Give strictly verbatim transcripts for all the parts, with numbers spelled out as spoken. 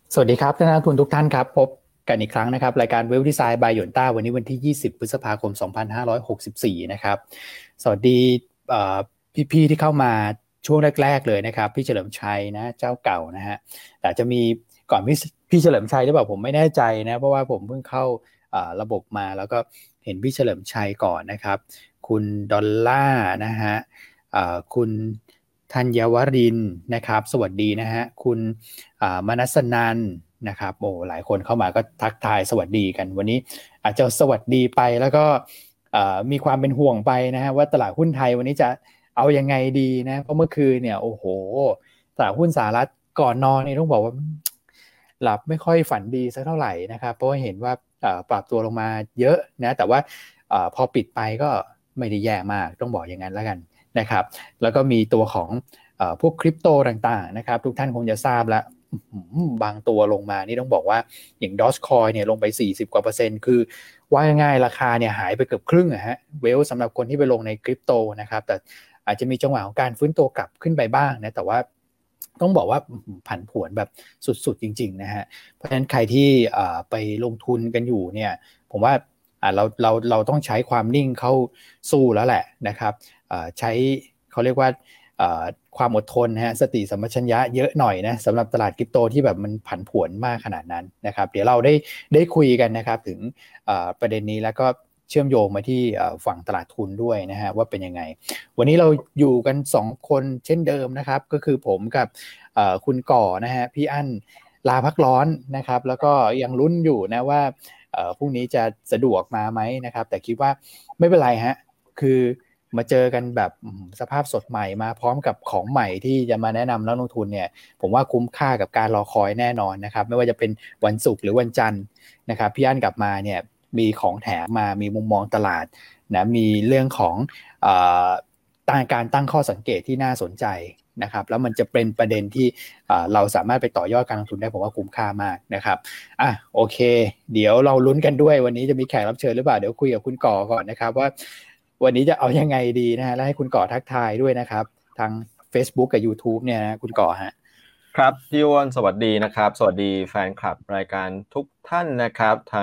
สวัสดีครับท่านนักลงทุนทุกท่านครับพบกันอีกครั้งนะครับรายการเวลดีไซน์บายหยวนต้าวันนี้วันที่ยี่สิบพฤษภาคมสองพันห้าร้อยหกสิบสี่นะครับสวัสดีเอ่อพี่ๆที่เข้ามาช่วงแรกๆเลยนะครับพี่เฉลิมชัยนะเจ้าเก่านะฮะแต่จะมีก่อนพี่พี่เฉลิมชัยหรือเปล่าผมไม่แน่ใจนะเพราะว่าผมเพิ่งเข้าเอ่อระบบมาแล้วก็เห็นพี่เฉลิมชัยก่อนนะครับคุณดอลล่านะฮะเอ่อคุณธัญวรินทร์นะครับสวัสดีนะฮะคุณ อ่ามนัสนันนะครับโอ้หลายคนเข้ามาก็ทักทายสวัสดีกันวันนี้อาจจะสวัสดีไปแล้วก็มีความเป็นห่วงไปนะฮะว่าตลาดหุ้นไทยวันนี้จะเอายังไงดีนะเพราะเมื่อคืนเนี่ยโอ้โหตลาดหุ้นสหรัฐก่อนนอนนี่ต้องบอกว่าหลับไม่ค่อยฝันดีสักเท่าไหร่นะครับเพราะว่าเห็นว่าปรับตัวลงมาเยอะนะแต่ว่าพอปิดไปก็ไม่ได้แย่มากต้องบอกอย่างนั้นแล้วกันนะครับแล้วก็มีตัวของพวกคริปโตต่างๆนะครับทุกท่านคงจะทราบแล้วบางตัวลงมานี่ต้องบอกว่าอย่าง Dogecoin เนี่ยลงไปสี่สิบกว่าเปอร์เซ็นต์คือว่าง่ายๆราคาเนี่ยหายไปเกือบครึ่งอะฮะเวลสำหรับคนที่ไปลงในคริปโตนะครับแต่อาจจะมีจังหวะของการฟื้นตัวกลับขึ้นไปบ้างนะแต่ว่าต้องบอกว่าผันผวนแบบสุดๆจริงๆนะฮะเพราะฉะนั้นใครที่ไปลงทุนกันอยู่เนี่ยผมว่าเราเราเราต้องใช้ความนิ่งเข้าสู้แล้วแหละนะครับใช้เขาเรียกว่าความอดทนนะฮะสติสัมปชัญญะเยอะหน่อยนะสำหรับตลาดคริปโตที่แบบมันผันผวนมากขนาดนั้นนะครับเดี๋ยวเราได้ได้คุยกันนะครับถึงประเด็นนี้แล้วก็เชื่อมโยงมาที่ฝั่งตลาดทุนด้วยนะฮะว่าเป็นยังไงวันนี้เราอยู่กันสองคนเช่นเดิมนะครับก็คือผมกับคุณก่อนะฮะพี่อั้นลาพักร้อนนะครับแล้วก็ยังลุ้นอยู่นะว่าพรุ่งนี้จะสะดวกมาไหมนะครับแต่คิดว่าไม่เป็นไรฮะคือมาเจอกันแบบสภาพสดใหม่มาพร้อมกับของใหม่ที่จะมาแนะนำนักลงทุนเนี่ยผมว่าคุ้มค่ากับการรอคอยแน่นอนนะครับไม่ว่าจะเป็นวันศุกร์หรือวันจันทร์นะครับพี่อั้นกลับมาเนี่ยมีของแถมมามีมุมมองตลาดนะมีเรื่องของเอ่อการตั้งข้อสังเกตที่น่าสนใจนะครับแล้วมันจะเป็นประเด็นที่เราสามารถไปต่อยอดการลงทุนได้ผมว่าคุ้มค่ามากนะครับอ่ะโอเคเดี๋ยวเราลุ้นกันด้วยวันนี้จะมีแขกรับเชิญหรือเปล่าเดี๋ยวคุยกับคุณก่อก่อนนะครับว่าวันนี้จะเอายังไงดีนะฮะและให้คุณก่อทักทายด้วยนะครับทาง Facebook กับ YouTube เนี่ยนะคุณก่อฮะครับพี่อ้วนสวัสดีนะครับสวัสดีแฟนคลับรายการทุกท่านนะครับทาง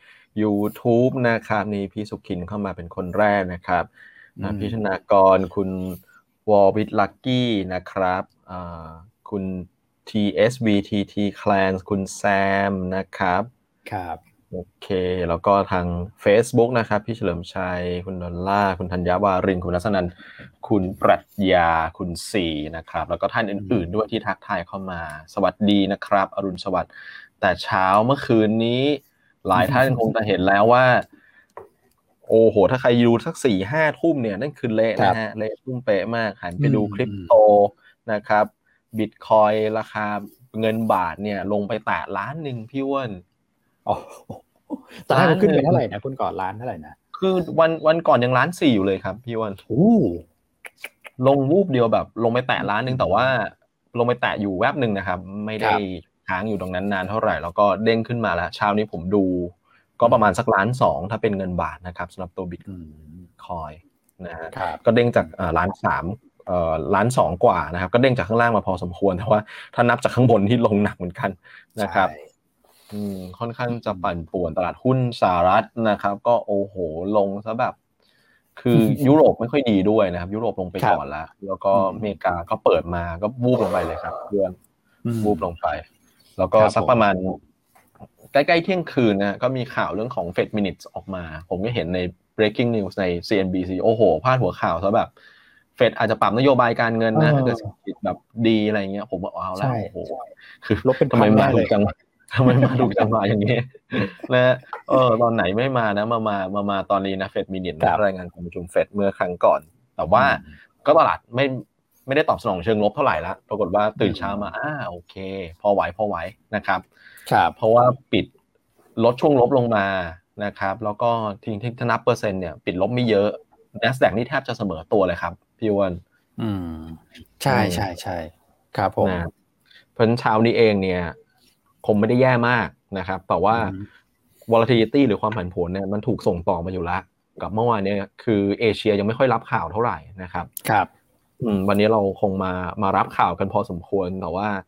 YouTube นะครับนี่พี่สุขินเข้ามาเป็นคนแรกนะครับพี่ธนากรคุณวอลวิทลักกี้นะครับคุณ ที เอส บี ที ที Clan คุณแซมนะครับครับโอเคแล้วก็ทาง Facebook นะครับพี่เฉลิมชัยคุณดอลล่าคุณธัญญาวารินคุณรัศนันคุณปรัชญาคุณสีนะครับแล้วก็ท่านอื่นๆด้วยที่ทักทายเข้ามาสวัสดีนะครับอรุณสวัสดิ์แต่เช้าเมื่อคืนนี้หลายท่านคงจะเห็นแล้วว่าโอ้โหถ้าใครดูสักสี่ห้าทุ่มเนี่ยนั่นคือเละนะฮะเละทุ่มเป๊ะมากหันไปดูคริปโตนะครับบิตคอยราคาเงินบาทเนี่ยลงไปแตะล้านหนึ่งพี่อ้วนอ๋อตอนแรกมันขึ้นไปเท่าไหร่นะคุณก่อนล้านเท่าไหร่นะคือวันวันก่อนยังล้านสี่อยู่เลยครับพี่วันโอ้ลงวูบเดียวแบบลงไปแตะล้านหนึ่งแต่ว่าลงไปแตะอยู่แวบหนึ่งนะครับไม่ได้ค้างอยู่ตรงนั้นนานเท่าไหร่แล้วก็เด้งขึ้นมาแล้วเช้านี้ผมดูก็ประมาณสักล้านสองถ้าเป็นเงินบาทนะครับสำหรับตัวบิตคอยนะฮะก็เด้งจากล้านสามเอ่อล้านสองกว่านะครับก็เด้งจากข้างล่างมาพอสมควรแต่ว่าถ้านับจากข้างบนที่ลงหนักเหมือนกันนะครับอืมค่อนข้างจะปั่นป่วนตลาดหุ้นสหรัฐนะครับก็โอ้โหลงซะแบบคือยุโรปไม่ค่อยดีด้วยนะครับยุโรปลงไปก่อนแล้วแล้วก็อเมริกาก็เปิดมาก็วูบลงไปเลยครับเพื่อนวูบลงไปแล้วก็สักประมาณใกล้ๆเที่ยงคืนนะก็มีข่าวเรื่องของ Fed Minutes ออกมาผมก็เห็นใน breaking news ใน ซี เอ็น บี ซี โอ้โหพาดหัวข่าวซะแบบเฟดอาจจะปรับนโยบายการเงินนะถ้าเกิดเศรษฐกิจแบบดีอะไรเงี้ยผมบอกเอาแล้วโอ้โหคือทำไมมาถูกจังทำไมมาถูกจังหวะอย่างนี้นะเออตอนไหนไม่มานะมามามามาตอนนี้นะเฟดมินิทรายงานการประชุมเฟดเมื่อครั้งก่อนแต่ว่าก็ตลาดไม่ไม่ได้ตอบสนองเชิงลบเท่าไหร่ละปรากฏว่าตื่นเช้ามาอ่าโอเคพอไหวพอไหวนะครับเพราะว่าปิดลดช่วงลบลงมานะครับแล้วก็ทิ้งถ้านับเปอร์เซ็นต์เนี่ยปิดลบไม่เยอะ NASDAQ นี่แทบจะเสมอตัวเลยครับพี่อ้วนอืมใช่ใช่ใช่ครับผมเพราะฉะนั้นเช้านี้เองเนี่ยคงไม่ได้แย่มากนะครับแต่ว่า volatility หรือความผันผวนเนี่ยมันถูกส่งต่อมาอยู่แล้วกับเมื่อวานเนี่ยคือเอเชียยังไม่ค่อยรับข่าวเท่าไหร่นะครับครับวันนี้เราคงมามารับข่าวกันพอสมควรแต่ว่า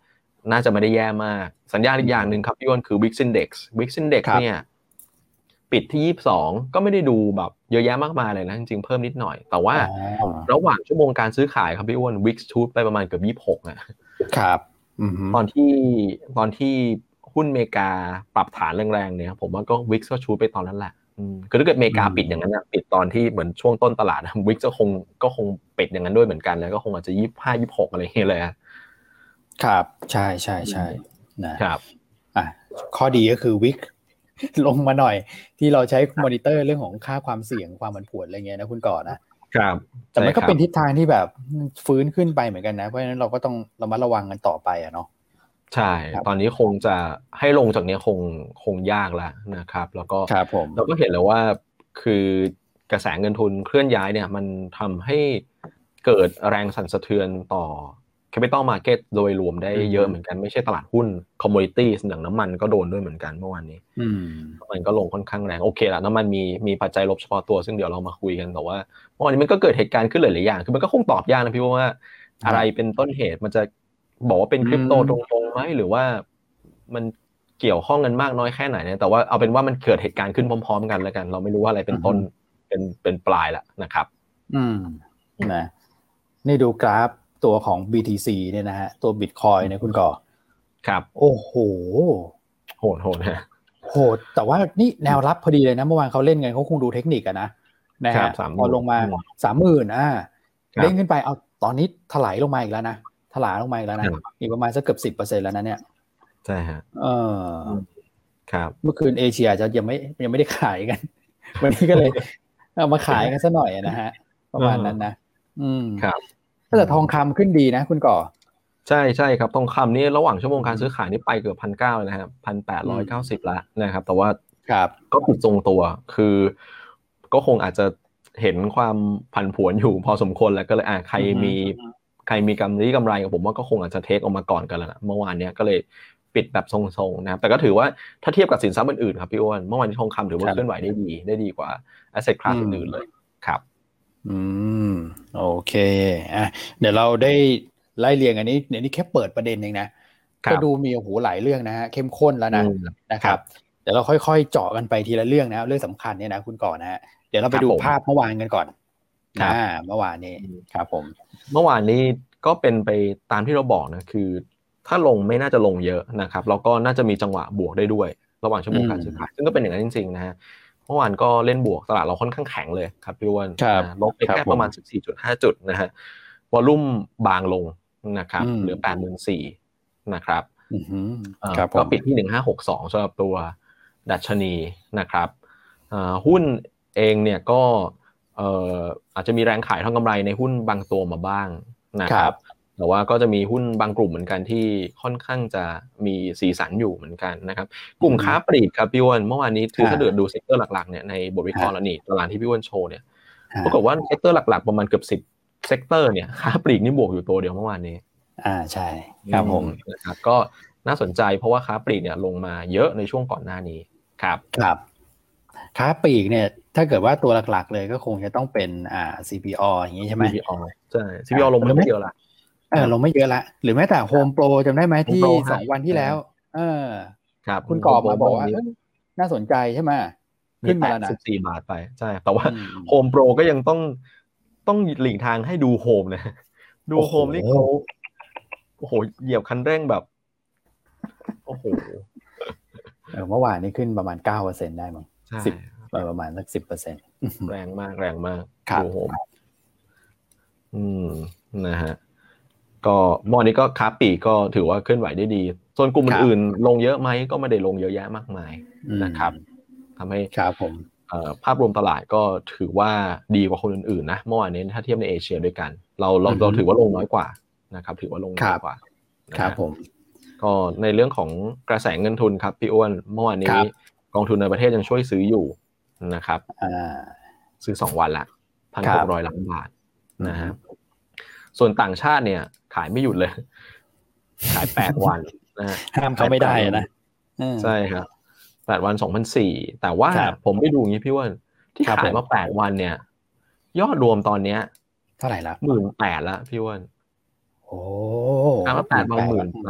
น่าจะไม่ได้แย่มากสัญญาณอีกอย่างนึงครับพี่อ้วนคือ Wix Index Wix Index เนี่ยปิดที่ยี่สิบสองก็ไม่ได้ดูแบบเยอะแยะมากมายเลยนะจริงๆเพิ่มนิดหน่อยแต่ว่าระหว่างชั่วโมงการซื้อขายครับพี่อ้วน Wix ชูดไปประมาณเกือบยี่สิบหกอ่ะครับตอนที่ตอนที่หุ้นอเมริกาปรับฐานแรงๆเนี่ยผมว่าก็ Wix ก็ชูดไปตอนนั้นแหละคือถ้าเกิดอเมริกาปิดอย่างนั้นนะปิดตอนที่เหมือนช่วงต้นตลาด Wix ก็คงก็คงปิดอย่างนั้นด้วยเหมือนกันแล้วก็คงอาจจะยี่สิบห้า ยี่สิบหกอะไรอย่างเงี้ยเลยครับใช่ๆๆนะครับอ่ะข้อดีก็คือ Wix ลงมาหน่อยที่เราใช้มอนิเตอร์เรื่องของค่าความเสี่ยงความผันผวนอะไรเงี้ยนะคุณก่อนะครับแต่มันก็เป็นทิศทางที่แบบฟื้นขึ้นไปเหมือนกันนะเพราะฉะนั้นเราก็ต้องระมัดระวังกันต่อไปอ่ะเนาะใช่ตอนนี้คงจะให้ลงจากนี้คงคงยากแล้วนะครับแล้วก็เราก็เห็นแล้วว่าคือกระแสเงินทุนเคลื่อนย้ายเนี่ยมันทำให้เกิดแรงสั่นสะเทือนต่อ Capital Market โดยรวมได้เยอะเหมือนกันไม่ใช่ตลาดหุ้น Commodities อย่างน้ำมันก็โดนด้วยเหมือนกันเมื่อวานนี้น้ำมันก็ลงค่อนข้างแรงโอเคละน้ำมันมีมีปัจจัยลบเฉพาะตัวซึ่งเดี๋ยวเรามาคุยกันแต่ว่าเมื่อวานนี้มันก็เกิดเหตุการณ์ขึ้นหลายๆอย่างคือมันก็คงตอบยากนะพี่ว่าอะไรเป็นต้นเหตุมันจะบอกว่าเป็นคริปโตตรงๆไหมหรือว่ามันเกี่ยวข้องกันมากน้อยแค่ไหนเนี่ยแต่ว่าเอาเป็นว่ามันเกิดเหตุการณ์ขึ้นพร้อมๆกันแล้วกันเราไม่รู้ว่าอะไรเป็นต้นเป็นเป็นปลายละนะครับอืมนะนี่ดูกราฟตัวของ บี ที ซี เนี่ยนะฮะตัว Bitcoin เนี่ยคุณก่อครับโอ้โหโหดโหดนะโหดแต่ว่านี่แนวรับพอดีเลยนะเมื่อวานเขาเล่นกันเขาคงดูเทคนิคอะนะนะฮะพอลงมา สามหมื่น อ่าเด้งขึ้นไปเอาตอนนี้ถลายลงมาอีกแล้วนะถลายลงมาอีกแล้วนะอีกประมาณสักเกือบ สิบเปอร์เซ็นต์ แล้วนะเนี่ยใช่ฮะเออครับเมื่อคืนเอเชียจะยังไม่ยังไม่ได้ขายกันวันนี้ก็เลยเอามาขายกันซะหน่อยนะฮะประมาณนั้นนะอืมครับแต่ทองคำขึ้นดีนะคุณก่อใช่ใช่ครับทองคำนี่ระหว่างชั่วโมงการซื้อขายนี่ไปเกือบพันเก้าเลยนะครับพันแปดร้อยเก้าสิบละนะครับแต่ว่าก็ปิดทรงตัวคือก็คงอาจจะเห็นความผันผวนอยู่พอสมควรแล้วก็เลยอ่ะใครมีใครมีกำไรกำไรกับผมว่าก็คงอาจจะเทคออกมาก่อนกันแล้วนะเมื่อวานนี้ก็เลยปิดแบบทรงๆนะครับแต่ก็ถือว่าถ้าเทียบกับสินทรัพย์อื่นๆครับพี่อ้วนเมื่อวานนี้ทองคำถือว่าเคลื่อนไหวได้ดีได้ดีกว่า asset class อื่นๆเลยครับอืมโอเคอ่ะเดี๋ยวเราได้ไล่เรียงอันนี้เดี๋ยวนี้แค่เปิดประเด็นเองนะก็ดูมีโอ้โหหลายเรื่องนะฮะเข้มข้นแล้วนะนะครับเดี๋ยวเราค่อยๆเจาะกันไปทีละเรื่องนะเรื่องสำคัญเนี่ยนะคุณก่อนนะฮะเดี๋ยวเราไปดูภาพเมื่อวานกันก่อนนะเมื่อวานนี้ครับผมเมื่อวานนี้ก็เป็นไปตามที่เราบอกนะคือถ้าลงไม่น่าจะลงเยอะนะครับแล้วก็น่าจะมีจังหวะบวกได้ด้วยระหว่างชั่วโมงการซื้อขายซึ่งก็เป็นอย่างนั้นจริงๆนะฮะเมื่อวานก็เล่นบวกตลาดเราค่อนข้างแข็งเลยครับพี่อ้วนลบไปแค่ประมาณ สิบสี่จุดห้า จุดนะฮะวอลุ่มบางลงนะครับเหลือ แปดหมื่นสี่พัน นะครับก็ปิดที่หนึ่งพันห้าร้อยหกสิบสองสำหรับตัวดัชนีนะครับหุ้นเองเนี่ยก็อาจจะมีแรงขายทางกำไรในหุ้นบางตัวมาบ้างนะครับแต่ว่าก็จะมีหุ้นบางกลุ่มเหมือนกันที่ค่อนข้างจะมีสีสันอยู่เหมือนกันนะครับกลุ่มค้าปลีกครับพี่อ้วนเมื่อวานนี้ถือถ้าเกิดดูเซกเตอร์หลักๆเนี่ยในบทวิเคราะห์แล้วนี่ตารางที่พี่อ้วนโชว์เนี่ยปรากฏว่าเซกเตอร์หลักๆประมาณเกือบสิบเซกเตอร์เนี่ยค้าปลีกนี่บวกอยู่ตัวเดียวเมื่อวานนี้อ่าใช่ครับผมนะครับก็น่าสนใจเพราะว่าค้าปลีกเนี่ยลงมาเยอะในช่วงก่อนหน้านี้ครับครับค้าปลีกเนี่ยถ้าเกิดว่าตัวหลักๆเลยก็คงจะต้องเป็นอ่า ซี พี โอ อย่างนี้ใช่ไหมซี พี โอ ใช่ ซี พี โอ ลงไม่เยอะละเออลงไม่เยอะละหรือแม้แต่โฮมโปรจำได้ไหมที่สองวันที่แล้วเออครับคุณกอบมาบอกว่าน่าสนใจใช่ไหมขึ้นมาแล้วนะสิบสี่บาทไปใช่แต่ว่าโฮมโปรก็ยังต้องต้องหลีกทางให้ดูโฮมนะดูโฮมนี่เขาโอ้โหเหยียบคันเร่งแบบโอ้โหเออเมื่อวานนี้ขึ้นประมาณ เก้าเปอร์เซ็นต์ ได้มั้งสิบประมาณสัก สิบเปอร์เซ็นต์แรงมากแรงมากดูโฮมอืมนะฮะก็เมื่อวานนี้ก็ค้าปลีกก็ถือว่าเคลื่อนไหวได้ดีส่วนกลุ่มอื่นๆลงเยอะไหมก็ไม่ได้ลงเยอะแยะมากมายนะครับทำให้ครับผมภาพรวมตลาดก็ถือว่าดีกว่าคนอื่นๆนะเมื่อวานนี้ถ้าเทียบในเอเชียด้วยกันเราเราเราถือว่าลงน้อยกว่านะครับถือว่าลงน้อยกว่าครับผมก็ในเรื่องของกระแสเงินทุนครับพี่อ้วนเมื่อวานนี้กองทุนในประเทศยังช่วยซื้ออยู่นะครับซื้อสองวันละ หนึ่งพันหกร้อย ล้านบาทนะฮะส่วนต่างชาติเนี่ยขายไม่หยุดเลยขายแปดวันนะฮะห้ามเขาไม่ได้นะใช่ครับแปดวัน สองพันสี่ร้อย แต่ว่าผมไปดูอย่างนี้พี่อ้วนที่ขายมาแปดวันเนี่ยยอดรวมตอนเนี้ยเท่าไหร่ละหนึ่งหมื่นแปดพัน แล้วพี่อ้วนโอ้ขายมาแปดวัน หนึ่งหมื่นแปดพัน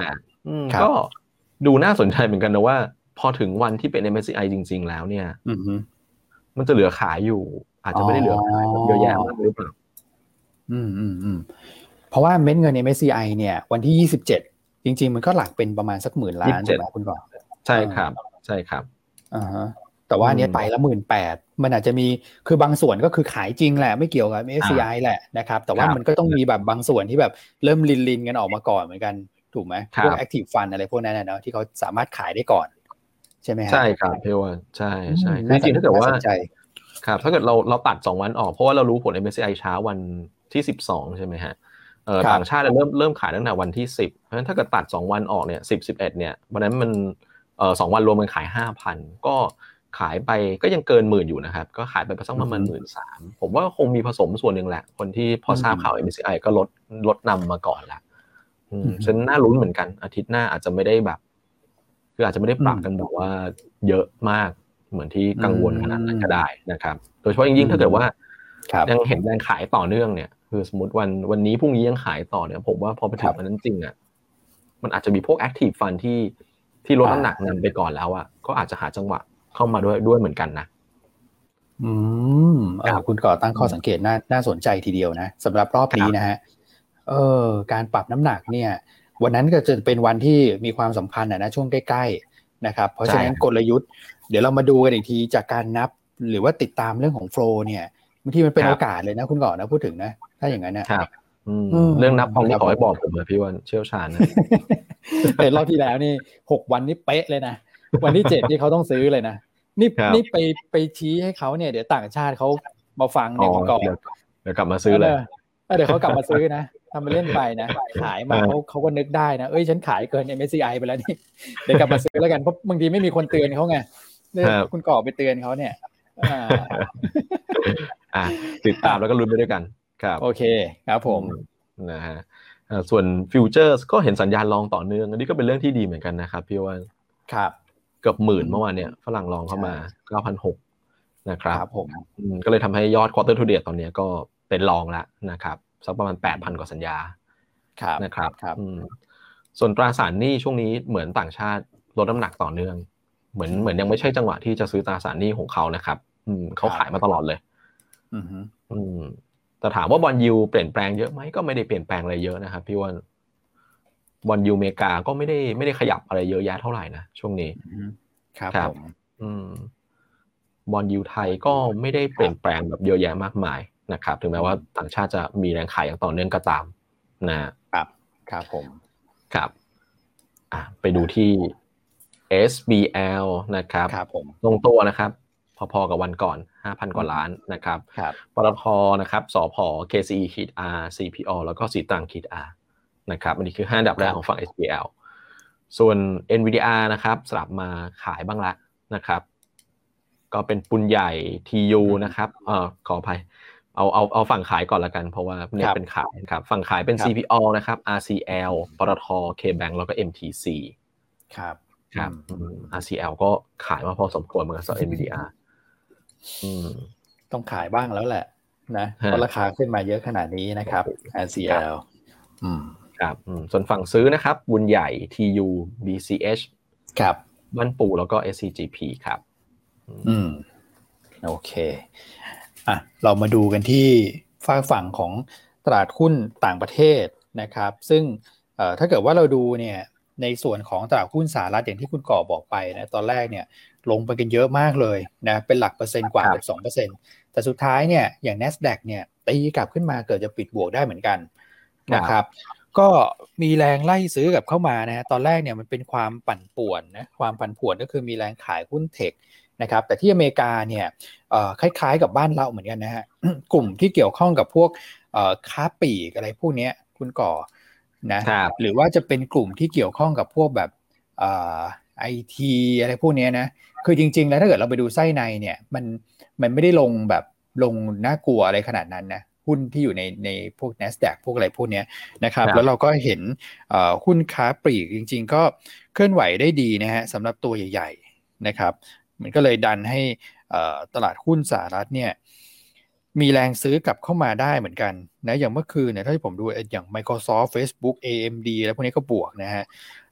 อืมครับก็ดูน่าสนใจเหมือนกันนะว่าพอถึงวันที่เป็น เอ็ม เอส ซี ไอ จริงๆแล้วเนี่ยอือฮึมันจะเหลือขายอยู่อาจอ๋อจะไม่ได้เหลือขายแบบเยอะแยะมากหรือเปล่าอืมอืมอืมเพราะว่าเม็ดเงิน เอ็ม เอส ซี ไอ เนี่ยวันที่ยี่สิบเจ็ดจริงๆมันก็หลักเป็นประมาณสักหมื่นล้านถูกยี่สิบเจ็ดไหมคุณก่อนใช่เออครับใช่ครับอ่าฮะแต่อืว่าอันเนี้ยไปมละหมื่นแปดมันอาจจะมีคือบางส่วนก็คือขายจริงแหละไม่เกี่ยวกับอ่าเอ็ม เอส ซี ไอ แหละนะครับแต่ครับว่ามันก็ต้องมีแบบบางส่วนที่แบบเริ่มลินลินกันออกมาก่อนเหมือนกันถูกไหมพวกครับ Active Fund อะไรพวกนั้นนะเนาะที่เขาสามารถขายได้ก่อนใช่ไหมฮะใช่ครับพี่ว่าใช่อืมใช่คือจน่าสนริงๆถ้าเกิดว่าน่าสนใจครับถ้าเกิดเราเราตัดสองวันออกเพราะว่าเรารู้ผล เอ็ม เอส ซี ไอ ช้าวันที่สิบสองใช่ไหมฮะเอ่อครับต่างชาติเริ่มเริ่มขายตั้งแต่วันที่สิบเพราะฉะนั้นถ้าเกิดตัดสองวันออกเนี่ยสิบ สิบเอ็ดเนี่ยวันนั้นมันเอ่อสองวันรวมกันขาย ห้าพัน ก็ขายไปก็ยังเกินหมื่นอยู่นะครับก็ขายไปสักประมาณอือฮึหนึ่งหมื่นสามพัน ผมว่าคงมีผสมส่วนหนึ่งแหละคนที่พออืทราบข่าวมเอ็ม เอส ซี ไอ ก็ลดลดนำมาก่อนละอืมอืมฉะนั้นน่าลุ้นเหมือนกันอาทิตย์หน้าอาจจะไม่ได้แบบคืออาจจะไม่ได้อืมปรับกันแบบว่าเยอะมาก เหมือนที่อืกังวลขนาดนั้นก็มได้นะครับโดยเฉพาะอืยิ่งๆถ้าเกิดว่ามครับยังเห็นแรงขายต่อเนื่องเนี่ยคือสมมติวันวันนี้พรุ่งนี้ยังขายต่อเนี่ยผมว่าพอไปครับถึงวันนั้นจริงอ่ะมันอาจจะมีพวก Active Fund ที่ที่ลดอ่น้ำหนักานำไปก่อนแล้วอ่ะก็อาจจะหาจังหวะเข้ามาด้วยด้วยเหมือนกันนะอืมเอครับอคุณก่อตั้งอืมข้อสังเกตน่าน่าสนใจทีเดียวนะสำหรับรอบครับนี้นะฮะเออการปรับน้ำหนักเนี่ยวันนั้นก็จะเป็นวันที่มีความสำคัญนะนะช่วงใกล้ๆนะครับเพราะฉะนั้นใช่ครับกลยุทธ์เดี๋ยวเรามาดูกันอีกทีจากการนับหรือว่าติดตามเรื่องของโฟลว์เนี่ยบางทีมันเป็นโอกาครับสเลยนะคุณก่อนะพูดถึงนะถ้าอย่างนั้นเนี่ยครับอืมอืมเรื่องนับพันครับผมนี่ขอให้บอกผมเลยพี่วันเชี่ยวชาญนะแต่รอบที่แล้วนี่หกวันนี่เป๊ะเลยนะวันที่เจ็ดนี่เขาต้องซื้อเลยนะนี่นี่ไปครับไปชี้ให้เขาเนี่ยเดี๋ยวต่างชาติเขามาฟังอ๋อเนี่ยคุณก่อนเดี๋ยวเดี๋ยวกลับมาเออซื้อเลยเออเดี๋ยวเขากลับมาซื้อนะทำไปเล่นไปนะขายมาเขาเออเขาก็นึกได้นะเอ้ยฉันขายเกิน เอ็ม เอส ซี ไอ ไปแล้วนี่เดี๋ยวกลับมาซื้อแล้วกันเพราะบางทีไม่มีคนเตือนเขาไงเนี่ยครับคุณก่อไปเตือนเขาเนี่ยอ่าอ่ะติดอ่ะตามแล้วก็ลุ้นไปด้วยกันครับโอเคครับผมอืมนะฮะเอ่อส่วนฟิวเจอร์สก็เห็นสัญญาณลองต่อเนื่องอันนี้ก็เป็นเรื่องที่ดีเหมือนกันนะครับพี่ว่าครับเกือบหมื่อืมนเมื่อวานเนี่ยฝรั่งลองเข้าใช่มา เก้าพันหกร้อย นะครับครับผมอืมก็เลยทำให้ยอด quarter to date ตอนนี้ก็เป็นรองแล้วนะครับสักประมาณ แปดพัน กว่าสัญญาครับนะครับครับอืมส่วนตราสารหนี้ช่วงนี้เหมือนต่างชาติลดน้ำหนักต่อเนื่องเหมือนอืเหมือนยังไม่ใช่จังหวะที่จะซื้อตราสารหนี้ของเขานะครับอืมเขาครับขายมาตลอดเลยอือฮึอืมแต่ถามว่าบอลยูเปลี่ยนแปลงเยอะไหมก็ไม่ได้เปลี่ยนแปลงอะไรเยอะนะครับพี่ว่าบอลยูอเมริกาก็ไม่ได้ไม่ได้ขยับอะไรเยอะแยะเท่าไหร่นะช่วงนี้อือฮึครับครับผมอืมบอลยูไทยก็ไม่ได้เปลี่ยนแปลงแบบเยอะแยะมากมายนะครับถึงแม้ว่าต่างชาติจะมีแรงขายอย่างต่อเนื่องก็ตามนะครับครับผมครับอ่ะไปดูอ่ะที่ เอส บี แอล นะครับครับผมลงตัวนะครับพอๆกับวันก่อน ห้าพัน กว่าล้านนะครับครับปตทนะครับสผ เค ซี อี ขีด R ซี พี โอ แล้วก็สีตรังขีด R นะครับอันนี้คือห้าอันดับครับแรกของฝั่ง เอส บี แอล ส่วน Nvidia นะครับสลับมาขายบ้างละนะครับก็เป็นปุนใหญ่ ที ยูอืมนะครับเอ่อขออภัยเอาเอาเอาฝั่งขายก่อนละกันเพราะว่าคเน็ตรับเป็นขายนะครับฝั่งขายเป็นครัซีบพี โอ นะครับ อาร์ ซี แอล ปตท K-Bank แล้วก็ เอ็ม ที ซีครับครับอืมอืม อาร์ ซี แอล ก็ขายมาพอสมควรเหมือนกับ Nvidia อืมต้องขายบ้างแล้วแหละนะเพฮะราะราคาขึ้นมาเยอะขนาดนี้นะครับครับอาร์ ซี แอล อืมครับอืมส่วนฝั่งซื้อนะครับบุญใหญ่ ที ยู บี ซี เอชครับบ้านปูแล้วก็ เอส ซี จี พี ครับอืมโอเคอ่ะเรามาดูกันที่ฝากฝั่งของตลาดหุ้นต่างประเทศนะครับซึ่งเอ่อถ้าเกิดว่าเราดูเนี่ยในส่วนของตลาดหุ้นสหรัฐอย่างที่คุณก่อบอกไปนะตอนแรกเนี่ยลงไปกันเยอะมากเลยนะเป็นหลักเปอร์เซ็นต์กว่าเกือบสองเปอร์เซ็นต์แต่สุดท้ายเนี่ยอย่าง NASDAQ เนี่ยตีกลับขึ้นมาเกิดจะปิดบวกได้เหมือนกันนะครับก็มีแรงไล่ซื้อกลับเข้ามานะฮะตอนแรกเนี่ยมันเป็นความปั่นป่วนนะความปั่นป่วนก็คือมีแรงขายหุ้นเทคนะครับแต่ที่อเมริกาเนี่ยเอ่อคล้ายๆกับบ้านเราเหมือนกันนะฮะ กลุ่มที่เกี่ยวข้องกับพวกเอ่อค้าปลีกอะไรพวกนี้คุณก่อนะครับหรือว่าจะเป็นกลุ่มที่เกี่ยวข้องกับพวกแบบเอ่อไอทีอะไรพวกนี้นะคือจริงๆแล้วถ้าเกิดเราไปดูไส้ในเนี่ยมันมันไม่ได้ลงแบบลงน่ากลัวอะไรขนาดนั้นนะหุ้นที่อยู่ในในพวก NASDAQ พวกอะไรพวกนี้นะครับครับแล้วเราก็เห็นเอ่อหุ้นค้าปลีกจริงๆก็เคลื่อนไหวได้ดีนะฮะสำหรับตัวใหญ่ๆนะครับมันก็เลยดันให้ตลาดหุ้นสหรัฐเนี่ยมีแรงซื้อกลับเข้ามาได้เหมือนกันนะอย่างเมื่อคืนเนี่ยถ้าที่ผมดูอย่าง Microsoft Facebook เอ เอ็ม ดี แล้วพวกนี้ก็บวกนะฮะ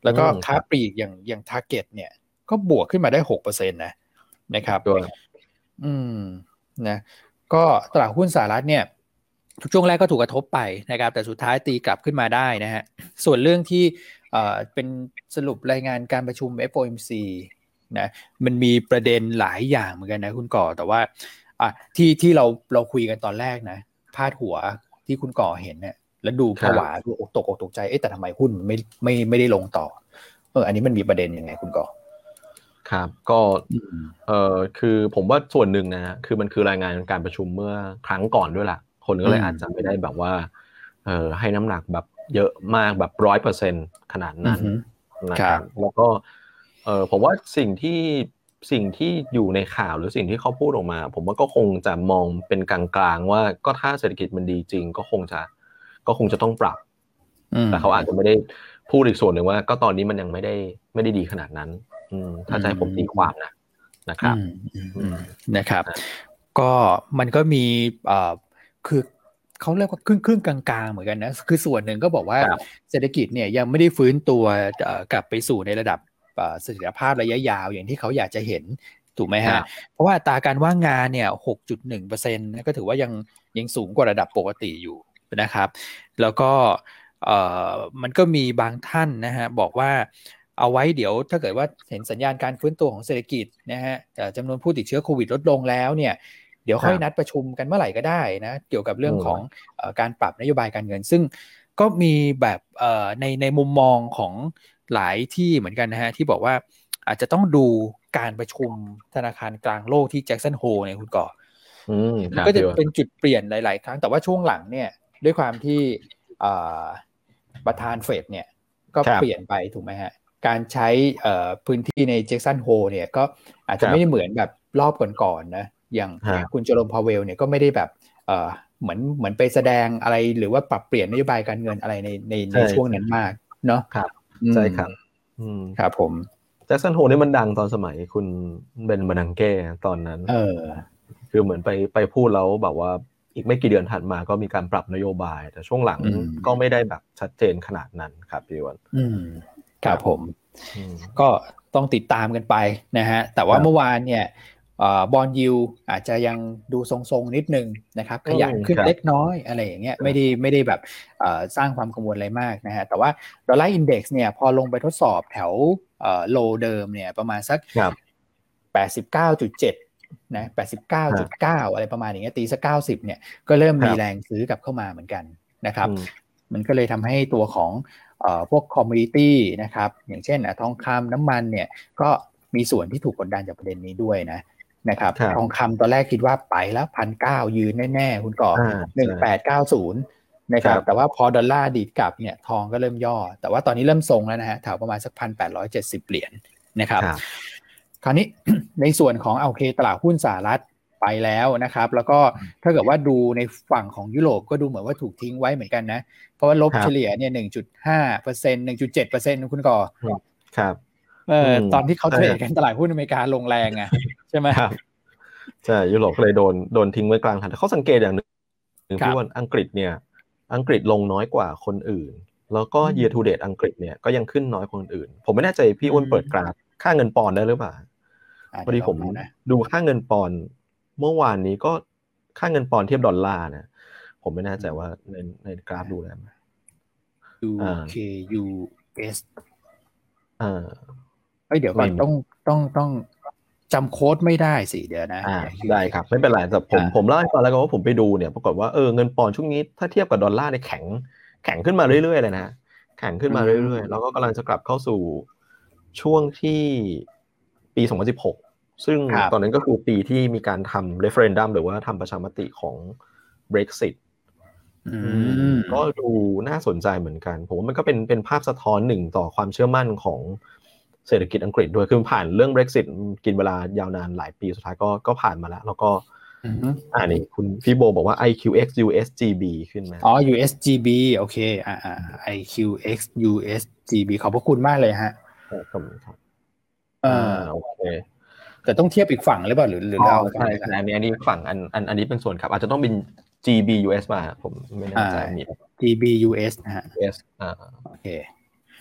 แล้วก็ค้าครับปลีกอย่างอย่าง Target เนี่ยก็บวกขึ้นมาได้ หกเปอร์เซ็นต์ นะนะครับด้วยอืมนะก็ตลาดหุ้นสหรัฐเนี่ยช่วงแรกก็ถูกกระทบไปนะครับแต่สุดท้ายตีกลับขึ้นมาได้นะฮะส่วนเรื่องที่เอ่อเป็นสรุปรายงานการประชุม เอฟ โอ เอ็ม ซี นะมันมีประเด็นหลายอย่างเหมือนกันนะคุณก่อแต่ว่าอ่ะที่ที่เราเราคุยกันตอนแรกนะพาดหัวที่คุณก่อเห็นเนี่ยแล้วดูผวาดูตกอกตกใจเอ๊ะแต่ทำไมหุ้นมันไม่ไม่ไม่ได้ลงต่อเอออันนี้มันมีประเด็นยังไงคุณก่อครับก็เออคือผมว่าส่วนหนึ่งนะฮะคือมันคือรายงานการประชุมเมื่อครั้งก่อนด้วยล่ะคนก็เลยอาจจะไม่ได้แบบว่าเออให้น้ำหนักแบบเยอะมากแบบร้อยเปอร์เซ็นต์ขนาดนั้นนะครับแล้วก็เออผมว่าสิ่งที่สิ่งที่อยู่ในข่าวหรือสิ่งที่เขาพูดออกมาผมว่าก็คงจะมองเป็นกลางๆว่าก็ถ้าเศรษฐกิจมันดีจริงก็คงจะก็คงจะต้องปรับแต่เขาอาจจะไม่ได้พูดอีกส่วนหนึ่งว่าก็ตอนนี้มันยังไม่ได้ไม่ได้ดีขนาดนั้นถ้าจะให้ผมตีความนะนะครับนะครับก็มันก็มีเอ่อคือเขาเรียกว่าครึ่งครึ่งกลางๆเหมือนกันนะคือส่วนหนึ่งก็บอกว่าเศรษฐกิจเนี่ยยังไม่ได้ฟื้นตัวกลับไปสู่ในระดับเสถียรภาพระยะยาวอย่างที่เขาอยากจะเห็นถูกไหมฮะเพราะว่าอัตราการว่างงานเนี่ย หกจุดหนึ่งเปอร์เซ็นต์ ก็ถือว่ายังยังสูงกว่าระดับปกติอยู่นะครับแล้วก็เอ่อมันก็มีบางท่านนะฮะบอกว่าเอาไว้เดี๋ยวถ้าเกิดว่าเห็นสัญญาณการฟื้นตัวของเศรษฐกิจนะฮะจำนวนผู้ติดเชื้อโควิดลดลงแล้วเนี่ยเดี๋ยวค่อยนัดประชุมกันเมื่อไหร่ก็ได้นะเกี่ยวกับเรื่องของเอ่อการปรับนโยบายการเงินซึ่งก็มีแบบเอ่อในในมุมมองของหลายที่เหมือนกันนะฮะที่บอกว่าอาจจะต้องดูการประชุมธนาคารกลางโลกที่แจ็คสันโฮลเนี่ยคุณก่อมันก็จะเป็นจุดเปลี่ยนหลายๆครั้งแต่ว่าช่วงหลังเนี่ยด้วยความที่ประธานเฟดเนี่ยก็เปลี่ยนไปถูกไหมฮะการใช้พื้นที่ในแจ็คสันโฮลเนี่ยก็อาจจะไม่ได้เหมือนแบบรอบก่อนๆนะอย่างคุณเจอโรมพาเวลเนี่ยก็ไม่ได้แบบเหมือนเหมือนไปแสดงอะไรหรือว่าปรับเปลี่ยนนโยบายการเงินอะไรในในในช่วงนั้นมากเนาะครับใช่ครับครับผมแจ็คสันโฮลนี่มันดังตอนสมัยคุณเบนบานังเก้ตอนนั้นเออคือเหมือนไปไปพูดแล้วแบบว่าอีกไม่กี่เดือนถัดมาก็มีการปรับนโยบายแต่ช่วงหลังก็ไม่ได้แบบชัดเจนขนาดนั้นครับพี่วันอืมครับผมก็ต้องติดตามกันไปนะฮะแต่ว่าเมื่อวานเนี่ยบอนด์ยิลอาจจะยังดูทรงๆนิดนึงนะครับขยันขึ้นเล็กน้อยอะไรอย่างเงี้ยไม่ได้ไม่ได้แบบสร้างความกังวลอะไรมากนะฮะแต่ว่าดอลลาร์อินเด็กซ์เนี่ยพอลงไปทดสอบแถวโลเดิมเนี่ยประมาณสัก แปดสิบเก้าจุดเจ็ด นะ แปดสิบเก้าจุดเก้า อะไรประมาณอย่างเงี้ยตีสักเก้าสิบเนี่ยก็เริ่มมีแรงซื้อกลับเข้ามาเหมือนกันนะครับมันก็เลยทำให้ตัวของเอ่อพวกคอมมูนิตี้นะครับอย่างเช่นทองคำน้ำมันเนี่ยก็มีส่วนที่ถูกกดดันจากประเด็นนี้ด้วยนะนะครับทองคำตอนแรกคิดว่าไปแล้ว หนึ่งพันเก้าร้อย ยืนแน่ๆคุณก่อหนึ่งพันแปดร้อยเก้าสิบนะครับแต่ว่าพอดอลลาร์ดีดกลับเนี่ยทองก็เริ่มย่อแต่ว่าตอนนี้เริ่มทรงแล้วนะฮะแถวประมาณสัก หนึ่งพันแปดร้อยเจ็ดสิบ เหรียญนะครับคราวนี้ ในส่วนของโอเคตลาดหุ้นสหรัฐไปแล้วนะครับแล้วก็ถ้าเกิดว่าดูในฝั่งของยุโรปก็ดูเหมือนว่าถูกทิ้งไว้เหมือนกันนะเพราะว่าลบเฉลี่ยเนี่ย หนึ่งจุดห้าเปอร์เซ็นต์ หนึ่งจุดเจ็ดเปอร์เซ็นต์ คุณก่อครับเออตอนที่เขาเทรดกันตลาดหุ้นอเมริกาลงแรงอ่ะใช่ไหมครับใช่ยุโรปก็เลยโดนโดนทิ้งไว้กลางคันเขาสังเกตอย่างหนึ่งที่ว่าอังกฤษเนี่ยอังกฤษลงน้อยกว่าคนอื่นแล้วก็ year to date อังกฤษเนี่ยก็ยังขึ้นน้อยกว่าคนอื่นผมไม่แน่ใจพี่อ้วนเปิดกราฟค่าเงินปอนด์ได้หรือเปล่าพอดีผมดูค่าเงินปอนด์เมื่อวานนี้ก็ค่าเงินปอนด์เทียบดอลลาร์นะผมไม่แน่ใจว่าในในกราฟดูแล้วมั้ยยู เค ยู เอสอ่าเอ้ยเดี๋ยวก่อนต้องต้องต้องจำโค้ดไม่ได้สิเดี๋ยวนะได้ครับไม่เป็นไรแต่ผมผมเล่าให้ฟังแล้วกันว่าผมไปดูเนี่ยปรากฏว่าเออเงินปอนด์ช่วงนี้ถ้าเทียบกับดอลลาร์เนี่ยแข็งแข็งขึ้นมาเรื่อยๆเลยนะแข็งขึ้นมาเรื่อยๆแล้วก็กำลังจะกลับเข้าสู่ช่วงที่ปีสองพันสิบหกซึ่งตอนนั้นก็คือปีที่มีการทำ referendum หรือว่าทำประชามติของ Brexit ก็ดูน่าสนใจเหมือนกันผมว่ามันก็เป็นเป็นภาพสะท้อนหนึ่งต่อความเชื่อมั่นของเศรษฐกิจอังกฤษด้วยคือผ่านเรื่อง Brexit กินเวลายาวนานหลายปีสุดท้ายก็ก็ผ่านมาแล้วแล้วก็อ่านี่คุณพี่โบบอกว่า ไอ คิว เอ็กซ์ ยู เอส จี บี ขึ้นมาอ๋อ ยู เอส จี บี โอเคอ่า ไอ คิว เอ็กซ์ ยู เอส จี บี ขอบพระคุณมากเลยฮะขอบคุณครับอ่าโอเคแต่ต้องเทียบอีกฝั่งหรือเปล่าหรือหรือเราใช่ๆอันนี้อันนี้ฝั่งอันอันอันนี้เป็นส่วนครับอาจจะต้องเป็น จี บี ยู เอส มาผมไม่แน่ใจมีจี บี ยู เอส นะฮะยู เอส อ่าโอเค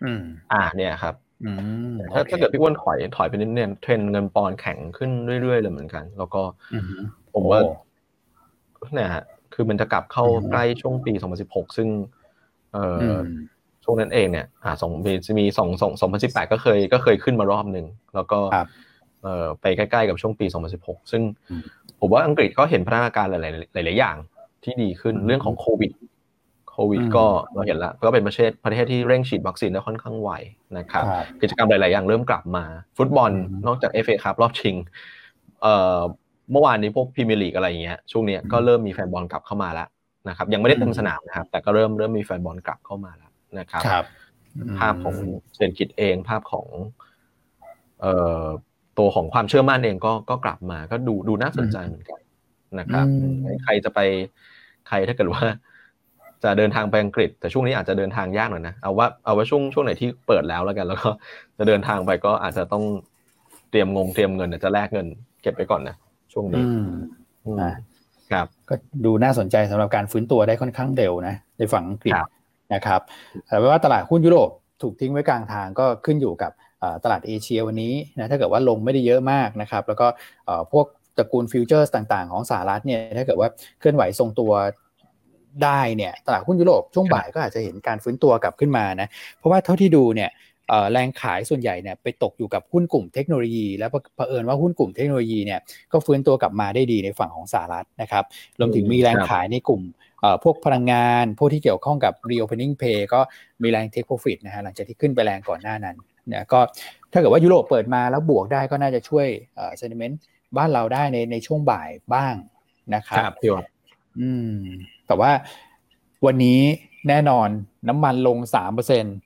อืมอ่าเนี่ยครับอืมโอถ้าเคถ้าเกิดพี่อ้วนถอยถอยไปนิดเนี่ยเทรนด์เงินปอนด์แข็งขึ้นเรื่อยๆเลยเหมือนกันแล้วก็อืมผมโอ้ว่าเนี่ยฮะคือมันจะกลับเข้าอืใกล้มช่วงปีสองพันสิบหกซึ่งเอ่ออืมช่วงนั้นเองเนี่ยอ่าสองมีจะมีสองสองสองพันสิบแปดก็เคยก็เคยขึ้นมารอบหนึ่งแล้วก็ครับเอ่อไปใกล้ๆกับช่วงปีสองพันสิบหกซึ่งอืมผมว่าอังกฤษก็เห็นพัฒนาการหลายๆหลายๆอย่างที่ดีขึ้นอืเรื่องของมโควิดโควิอืมดก็เราเห็นแล้วก็เป็นประเทศประเทศที่เร่งฉีดวัคซีนได้ค่อนข้างไวนะครับครับกิจกรรมหลายๆอย่างเริ่มกลับมาฟุตบอลอืมนอกจาก เอฟ เอ Cup รอบชิงเอ่อเมื่อวานนี้พวกพรีเมียร์ลีกอะไรอย่างเงี้ยช่วงนี้ก็เริ่มมีแฟนบอลกลับเข้ามาแล้วนะครับยังไม่ได้เต็มสนามนะครับแต่ก็เริ่มเริ่มมีแฟนบอลกลับเข้ามาแล้วนะครับครับอืภาพของมเศรษฐกิจเองภาพของเอ่อตัวของความเชื่อมั่นเองก็ก็กลับมาก็ดูดูน่าสนใจเหมือนกันนะอืครับมใครจะไปใครถ้าเกิดว่าจะเดินทางไปอังกฤษแต่ช่วงนี้อาจจะเดินทางยากหน่อยนะเอาว่าเอาว่าช่วงช่วงไหนที่เปิดแล้วแล้วกันแล้วก็จะเดินทางไปก็อาจจะต้องเตรียมงงเตรียมเงินจะแลกเงินเก็บไปก่อนนะช่วงอืนี้มอ่าครับก็ดูน่าสนใจสำหรับการฟื้นตัวได้ค่อนข้างเร็วนะในฝั่งอังกฤษครับนะครับแต่ว่าตลาดหุ้นยุโรปถูกทิ้งไว้กลางทางก็ขึ้นอยู่กับตลาดเอเชียวันนี้นะถ้าเกิดว่าลงไม่ได้เยอะมากนะครับแล้วก็พวกตระกูลฟิวเจอร์สต่างๆของสหรัฐเนี่ยถ้าเกิดว่าเคลื่อนไหวทรงตัวได้เนี่ยตลาดหุ้นยุโรปช่วงบ่ายก็อาจจะเห็นการฟื้นตัวกลับขึ้นมานะเพราะว่าเท่าที่ดูเนี่ยแรงขายส่วนใหญ่เนี่ยไปตกอยู่กับหุ้นกลุ่มเทคโนโลยีและเผอิญว่าหุ้นกลุ่มเทคโนโลยีเนี่ยก็ฟื้นตัวกลับมาได้ดีในฝั่งของสหรัฐนะครับรวมถึงมีแรงขายในกลุ่มพวกพลังงานพวกที่เกี่ยวข้องกับ reopening pay ก็มีแรง take profit นะฮะหลังจากที่ขึ้นไปแรงก่อนหน้านั้นเนี่ยก็ถ้าเกิดว่ายุโรปเปิดมาแล้วบวกได้ก็น่าจะช่วย sentiment บ้านเราได้ในในช่วงบ่ายบ้างนะครับครับพี่วอนอืมแต่ว่าวันนี้แน่นอนน้ำมันลง สามเปอร์เซ็นต์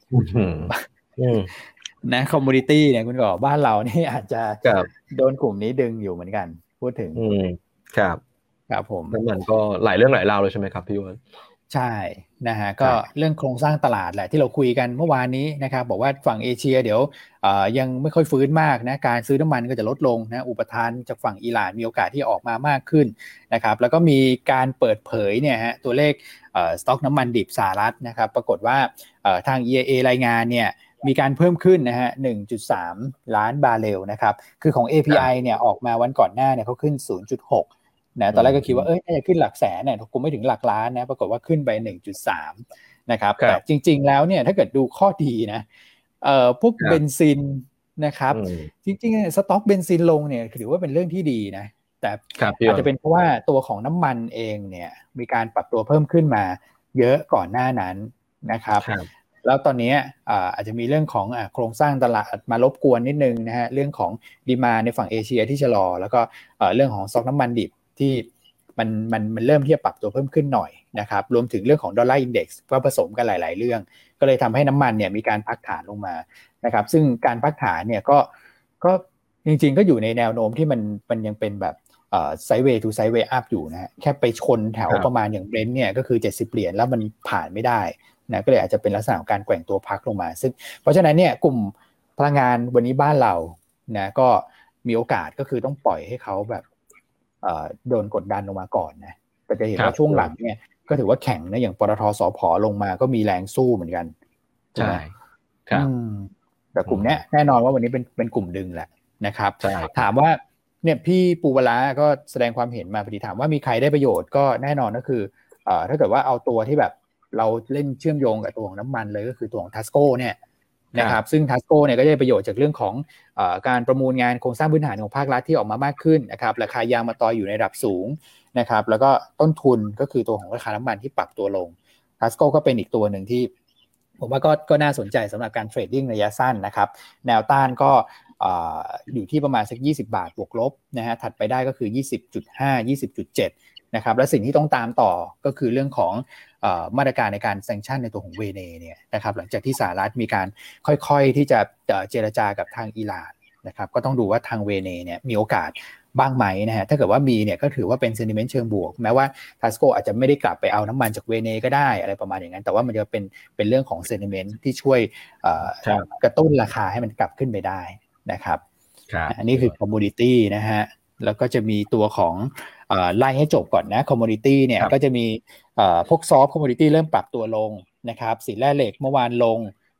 นะคอมมูนิตี้เนี่ยคุณก็บ้านเรานี่อาจจะโดนกลุ่มนี้ดึงอยู่เหมือนกันพูดถึงครับครับผมน้ำมันก็หลายเรื่องหลายราวเลยใช่ไหมครับพี่วอนใช่นะฮะก็เรื่องโครงสร้างตลาดแหละที่เราคุยกันเมื่อวานนี้นะครับบอกว่าฝั่งเอเชียเดี๋ยวยังไม่ค่อยฟื้นมากนะการซื้อน้ำมันก็จะลดลงนะอุปทานจากฝั่งอิหร่านมีโอกาสที่ออกมามากขึ้นนะครับแล้วก็มีการเปิดเผยเนี่ยฮะตัวเลขสต็อกน้ำมันดิบสหรัฐนะครับปรากฏว่าทาง อี ไอ เอ รายงานเนี่ยมีการเพิ่มขึ้นนะฮะ หนึ่งจุดสาม ล้านบาร์เรลนะครับคือของ เอ พี ไอ เนี่ยออกมาวันก่อนหน้าเนี่ยเขาขึ้น ศูนย์จุดหกนะตอนแรกก็คิดว่าเอ้ยน่าจะขึ้นหลักแสนเนี่ยคงไม่ถึงหลักล้านนะปรากฏว่าขึ้นไป หนึ่งจุดสาม นะครับแต่จริงๆแล้วเนี่ยถ้าเกิดดูข้อดีนะเอ่อพวกเบนซินนะครับจริงๆสต็อกเบนซินลงเนี่ยถือว่าเป็นเรื่องที่ดีนะแต่อาจจะเป็นเพราะว่าตัวของน้ำมันเองเนี่ยมีการปรับตัวเพิ่มขึ้นมาเยอะก่อนหน้านั้นนะครับแล้วตอนนี้อาจจะมีเรื่องของโครงสร้างตลาดมารบกวนนิดนึงนะฮะเรื่องของดีมานด์ในฝั่งเอเชียที่ชะลอแล้วก็เรื่องของสต็อกน้ำมันดิบที่มันมันมันเริ่มที่จะปรับตัวเพิ่มขึ้นหน่อยนะครับรวมถึงเรื่องของดอลลาร์อินเด็กซ์ก็ผสมกันหลายๆเรื่องก็เลยทำให้น้ำมันเนี่ยมีการพักฐานลงมานะครับซึ่งการพักฐานเนี่ยก็ก็จริงๆก็อยู่ในแนวโน้มที่มันมันยังเป็นแบบไซด์เวย์ทูไซด์เวย์อัพอยู่นะฮะแค่ไปชนแถวประมาณอย่างเบรนท์เนี่ยก็คือเจ็ดสิบเหรียญแล้วมันผ่านไม่ได้นะก็เลยอาจจะเป็นลักษณะของการแกว่งตัวพักลงมาซึ่งเพราะฉะนั้นเนี่ยกลุ่มพลังงานวันนี้บ้านเรานะก็มีโอกาสก็คือต้องปล่อยให้เขาแบบโดนกดดันลงมาก่อนนะแต่จะเห็นว่าช่วงหลังเนี่ยก็ถือว่าแข็งนะอย่างปตท.สผ.ลงมาก็มีแรงสู้เหมือนกันใช่ครับแต่กลุ่มนี้แน่นอนว่าวันนี้เป็นเป็นกลุ่มดึงแหละนะครับถามว่าเนี่ยพี่ปูวลาก็แสดงความเห็นมาพอดีถามว่ามีใครได้ประโยชน์ก็แน่นอนก็คือเอ่อถ้าเกิดว่าเอาตัวที่แบบเราเล่นเชื่อมโยงกับตัวของน้ำมันเลยก็คือตัวของ Tasco เนี่ยนะครับซึ่ง Tasco เนี่ยก็ได้ประโยชน์จากเรื่องของเอ่อการประมูลงานโครงสร้างพื้นฐานของภาครัฐที่ออกมามากขึ้นนะครับราคายางมะตอยอยู่ในระดับสูงนะครับแล้วก็ต้นทุนก็คือตัวของราคาน้ำมันที่ปรับตัวลง Tasco ก็เป็นอีกตัวหนึ่งที่ผมว่าก็ก็น่าสนใจสำหรับการเทรดดิ้งระยะสั้นนะครับแนวต้านก็อยู่ที่ประมาณสักยี่สิบบาทบวกลบนะฮะถัดไปได้ก็คือ ยี่สิบจุดห้า ยี่สิบจุดเจ็ด นะครับและสิ่งที่ต้องตามต่อก็คือเรื่องของเอ่อมาตรการในการแซงชั่นในตัวของเวเนเนี่ยนะครับหลังจากที่สหรัฐมีการค่อยๆที่จะเจรจากับทางอิหร่านนะครับก็ต้องดูว่าทางเวเนเนี่ยมีโอกาสบ้างไหมนะฮะถ้าเกิดว่ามีเนี่ยก็ถือว่าเป็นเซนติเมนต์เชิงบวกแม้ว่าทัสโกอาจจะไม่ได้กลับไปเอาน้ำมันจากเวเนก็ได้อะไรประมาณอย่างนั้นแต่ว่ามันจะเป็นเป็นเรื่องของเซนติเมนต์ที่ช่วยกระตุ้นราคาให้มันกลับขึ้นไปได้นะครับอันนี้คือคอมมูนิตี้นะฮะแล้วก็จะมีตัวของไล่ให้จบก่อนนะคอมมูนิตี้เนี่ยก็จะมีพวกซอฟต์คอมมูนิตี้เริ่มปรับตัวลงนะครับสินแร่เหล็กเมื่อวานลง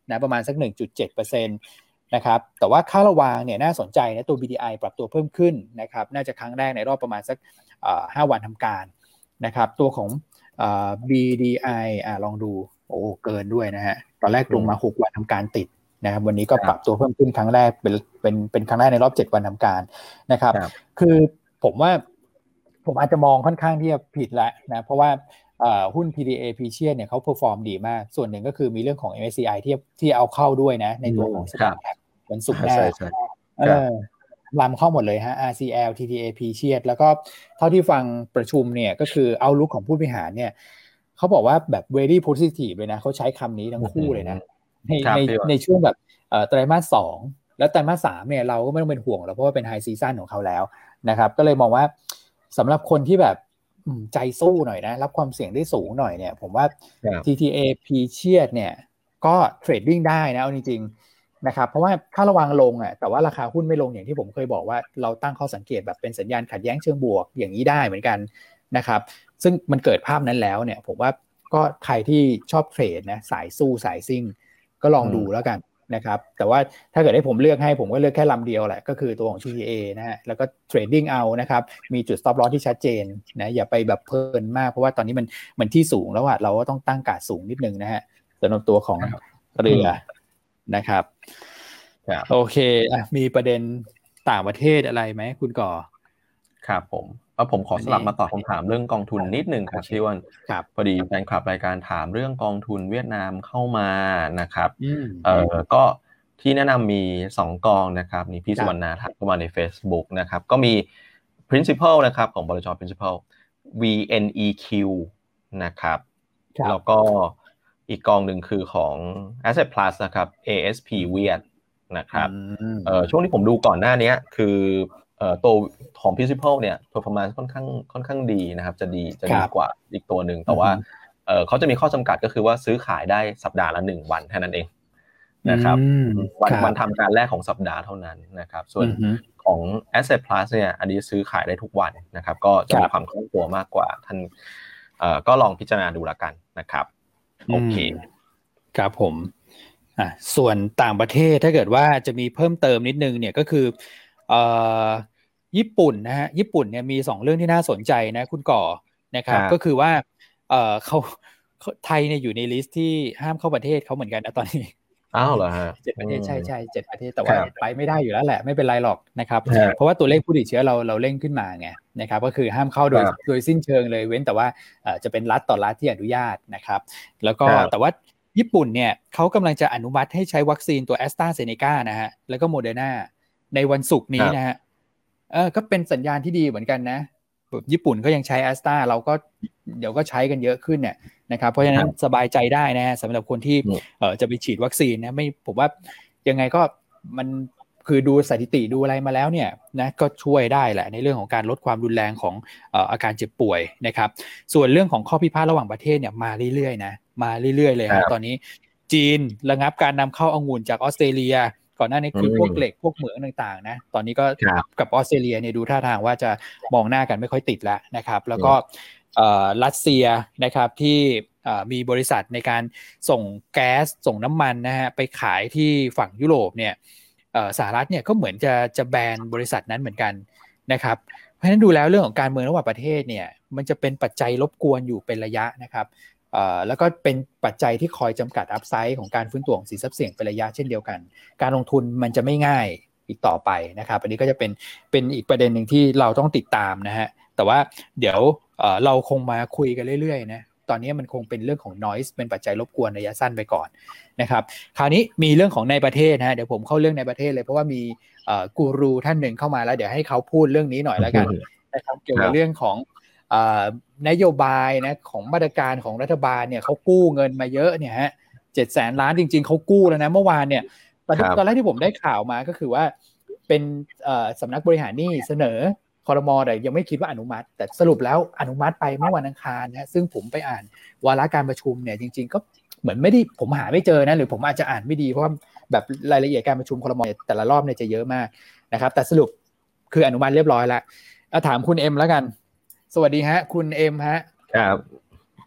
นะประมาณสัก หนึ่งจุดเจ็ดเปอร์เซ็นต์ นะครับแต่ว่าค่าระวางเนี่ยน่าสนใจนะตัว บี ดี ไอ ปรับตัวเพิ่มขึ้นนะครับน่าจะครั้งแรกในรอบประมาณสักห้าวันทำการนะครับตัวของ บี ดี ไอ อ่ะลองดูโอ้เกินด้วยนะฮะตอนแรกลงมาหกวันทำการติดนะครับวันนี้ก็ปรับตัวเพิ่มขึ้นครั้งแรกเป็นเป็นเป็นครั้งแรกในรอบเจ็ดวันทำการนะครับคือผมว่าผมอาจจะมองค่อนข้างที่จะผิดแล้วนะเพราะว่าหุ้น พี ดี เอ Precious เนี่ยเขาเพอร์ฟอร์มดีมากส่วนหนึ่งก็คือมีเรื่องของ เอ็ม เอส ซี ไอ ที่ที่เอาเข้าด้วยนะในตัวของ Smart Cap วันศุกร์หน้าเออลำเข้าหมดเลยฮะ อาร์ ซี แอล ที ที เอ Precious แล้วก็เท่าที่ฟังประชุมเนี่ยก็คือเอาลุกของผู้บริหารเนี่ยเขาบอกว่าแบบ very positive เลยนะเขาใช้คำนี้ทั้งคู่เลยนะในในในช่วงแบบไตรมาสสองแล้วไตรมาสสามเนี่ยเราก็ไม่ต้องเป็นห่วงแล้วเพราะว่าเป็นไฮซีซั่นของเขาแล้วนะครับก็เลยมองว่าสำหรับคนที่แบบใจสู้หน่อยนะรับความเสี่ยงได้สูงหน่อยเนี่ยผมว่า ที ที เอ Precious เนี่ยก็เทรดดิ้งได้นะเอาจริงๆนะครับเพราะว่าค่าระวังลงอ่ะแต่ว่าราคาหุ้นไม่ลงอย่างที่ผมเคยบอกว่าเราตั้งข้อสังเกตแบบเป็นสัญญาณขัดแย้งเชิงบวกอย่างนี้ได้เหมือนกันนะครับซึ่งมันเกิดภาพนั้นแล้วเนี่ยผมว่าก็ใครที่ชอบเทรดนะสายสู้สายซิ่งก็ลองดูแล้วกันนะครับแต่ว่าถ้าเกิดให้ผมเลือกให้ผมก็เลือกแค่ลำเดียวแหละก็คือตัวของ ที ที เอ นะฮะแล้วก็เทรดดิ้งเอานะครับมีจุด stop loss ที่ชัดเจนนะอย่าไปแบบเพลินมากเพราะว่าตอนนี้มันมันที่สูงแล้วอะเราก็ต้องตั้งการ์ดสูงนิดนึงนะฮะสำหรับตัวของเรือนะครับโอเคอ่ะมีประเด็นต่างประเทศอะไรไหมคุณก่อครับผมเอาผมขอสลับมาตอบคำถามเรื่องกองทุนนิดนึงครับพี่วันพอดีแฟนคลับรายการถามเรื่องกองทุนเวียดนามเข้ามานะครับเอ่อก็ที่แนะนำมีสองกองนะครับนี่พี่สุวรรณาทักเข้ามาใน Facebook นะครับก็มี Principal นะครับของบลจ. Principal วี เอ็น อี คิว นะครับแล้วก็อีกกองหนึ่งคือของ Asset Plus นะครับ เอ เอส พี เวียดนะครับเอ่อช่วงที่ผมดูก่อนหน้านี้คือเอ่อตัวของ Principal เนี่ย performance ค่อนข้างค่อนข้างดีนะครับจะดีจะดีกว่าอีกตัวหนึ่งแต่ว่าเอ่อเขาจะมีข้อจำกัดก็คือว่าซื้อขายได้สัปดาห์ละหนึ่งวันแค่นั้นเองนะครับวันวันทำการแรกของสัปดาห์เท่านั้นนะครับส่วนของ Asset Plus เนี่ยอันนี้ซื้อขายได้ทุกวันนะครับก็จะมีความคล่องตัวมากกว่าท่านเอ่อก็ลองพิจารณาดูละกันนะครับโอเคครับผมอ่ะส่วนต่างประเทศถ้าเกิดว่าจะมีเพิ่มเติมนิดนึงเนี่ยก็คือเอ่อญี่ปุ่นนะฮะญี่ปุ่นเนี่ยมีสองเรื่องที่น่าสนใจนะคุณก่อนะครับก็คือว่าเอ่อเขาไทยเนี่ยอยู่ในลิสต์ที่ห้ามเข้าประเทศเขาเหมือนกันนะตอนนี้อ้าวเหรอฮะเจ็ดประเทศใช่ใช่เจ็ดประเทศแต่ว่าไปไม่ได้อยู่แล้วแหละไม่เป็นไรหรอกนะครับเพราะว่าตัวเลขผู้ติดเชื้อเราเราเร่งขึ้นมาไงนะครับก็คือห้ามเข้าโดยโดยสิ้นเชิงเลยเว้นแต่ว่าจะเป็นรัฐต่อรัฐที่อนุญาตนะครับแล้วก็แต่ว่าญี่ปุ่นเนี่ยเขากำลังจะอนุมัติให้ใช้วัคซีนตัว AstraZeneca นะฮะแล้วก็ Moderna ในวันศุกร์นี้นะฮะเออก็เป็นสัญญาณที่ดีเหมือนกันนะญี่ปุ่นก็ยังใช้ Astra เราก็เดี๋ยวก็ใช้กันเยอะขึ้นเนี่ยนะครับเพราะฉะนั้นสบายใจได้นะสำหรับคนที่เออจะไปฉีดวัคซีนนะไม่ผมว่ายังไงก็มันคือดูสถิติดูอะไรมาแล้วเนี่ยนะก็ช่วยได้แหละในเรื่องของการลดความรุนแรงของเอ่ออาการเจ็บป่วยนะครับส่วนเรื่องของข้อพิพาทระหว่างประเทศเนี่ยมาเรื่อยๆนะมาเรื่อยๆเลยครับตอนนี้จีนระงับการนำเข้าองุ่นจากออสเตรเลียก่อนหน้านี้คือพวกเหล็กพวกเหมืองต่างๆนะตอนนี้ก็กับออสเตรเลียเนี่ยดูท่าทางว่าจะมองหน้ากันไม่ค่อยติดแล้วนะครับแล้วก็รัสเซียนะครับที่มีบริษัทในการส่งแก๊สส่งน้ำมันนะฮะไปขายที่ฝั่งยุโรปเนี่ยสหรัฐเนี่ยก็เหมือนจะจะแบนบริษัทนั้นเหมือนกันนะครับเพราะฉะนั้นดูแล้วเรื่องของการเมืองระหว่างประเทศเนี่ยมันจะเป็นปัจจัยรบกวนอยู่เป็นระยะนะครับแล้วก็เป็นปัจจัยที่คอยจำกัดอัพไซด์ของการฟื้นตัวของสินทรัพย์เสี่ยงเป็นระยะเช่นเดียวกันการลงทุนมันจะไม่ง่ายอีกต่อไปนะครับอันนี้ก็จะเป็นเป็นอีกประเด็นหนึ่งที่เราต้องติดตามนะฮะแต่ว่าเดี๋ยวเราคงมาคุยกันเรื่อยๆนะตอนนี้มันคงเป็นเรื่องของ noise เป็นปัจจัยรบกวนระยะสั้นไปก่อนนะครับคราวนี้มีเรื่องของในประเทศนะฮะเดี๋ยวผมเข้าเรื่องในประเทศเลยเพราะว่ามีกูรูท่านหนึ่งเข้ามาแล้วเดี๋ยวให้เขาพูดเรื่องนี้หน่อยแล้วกันนะครับเกี่ยวกับเรื่องของนโยบายนะของมาตรการของรัฐบาลเนี่ยเขากู้เงินมาเยอะเนี่ยฮะเจ็ดแสนล้านจริงๆเขากู้แล้วนะเมื่อวานเนี่ยตอนตอนแรกที่ผมได้ข่าวมาก็คือว่าเป็นสำนักบริหารหนี้เสนอครม.แต่ยังไม่คิดว่าอนุมัติแต่สรุปแล้วอนุมัติไปเมื่อวันอังคารนะซึ่งผมไปอ่านวาระการประชุมเนี่ยจริงๆก็เหมือนไม่ได้ผมหาไม่เจอนะหรือผมอาจจะอ่านไม่ดีเพราะว่าแบบรายละเอียดการประชุมครม.แต่ละรอบเนี่ยจะเยอะมากนะครับแต่สรุปคืออนุมัติเรียบร้อยแล้วเอาถามคุณเอ็มแล้วกันสวัสดีฮะคุณเอ็มฮะครับ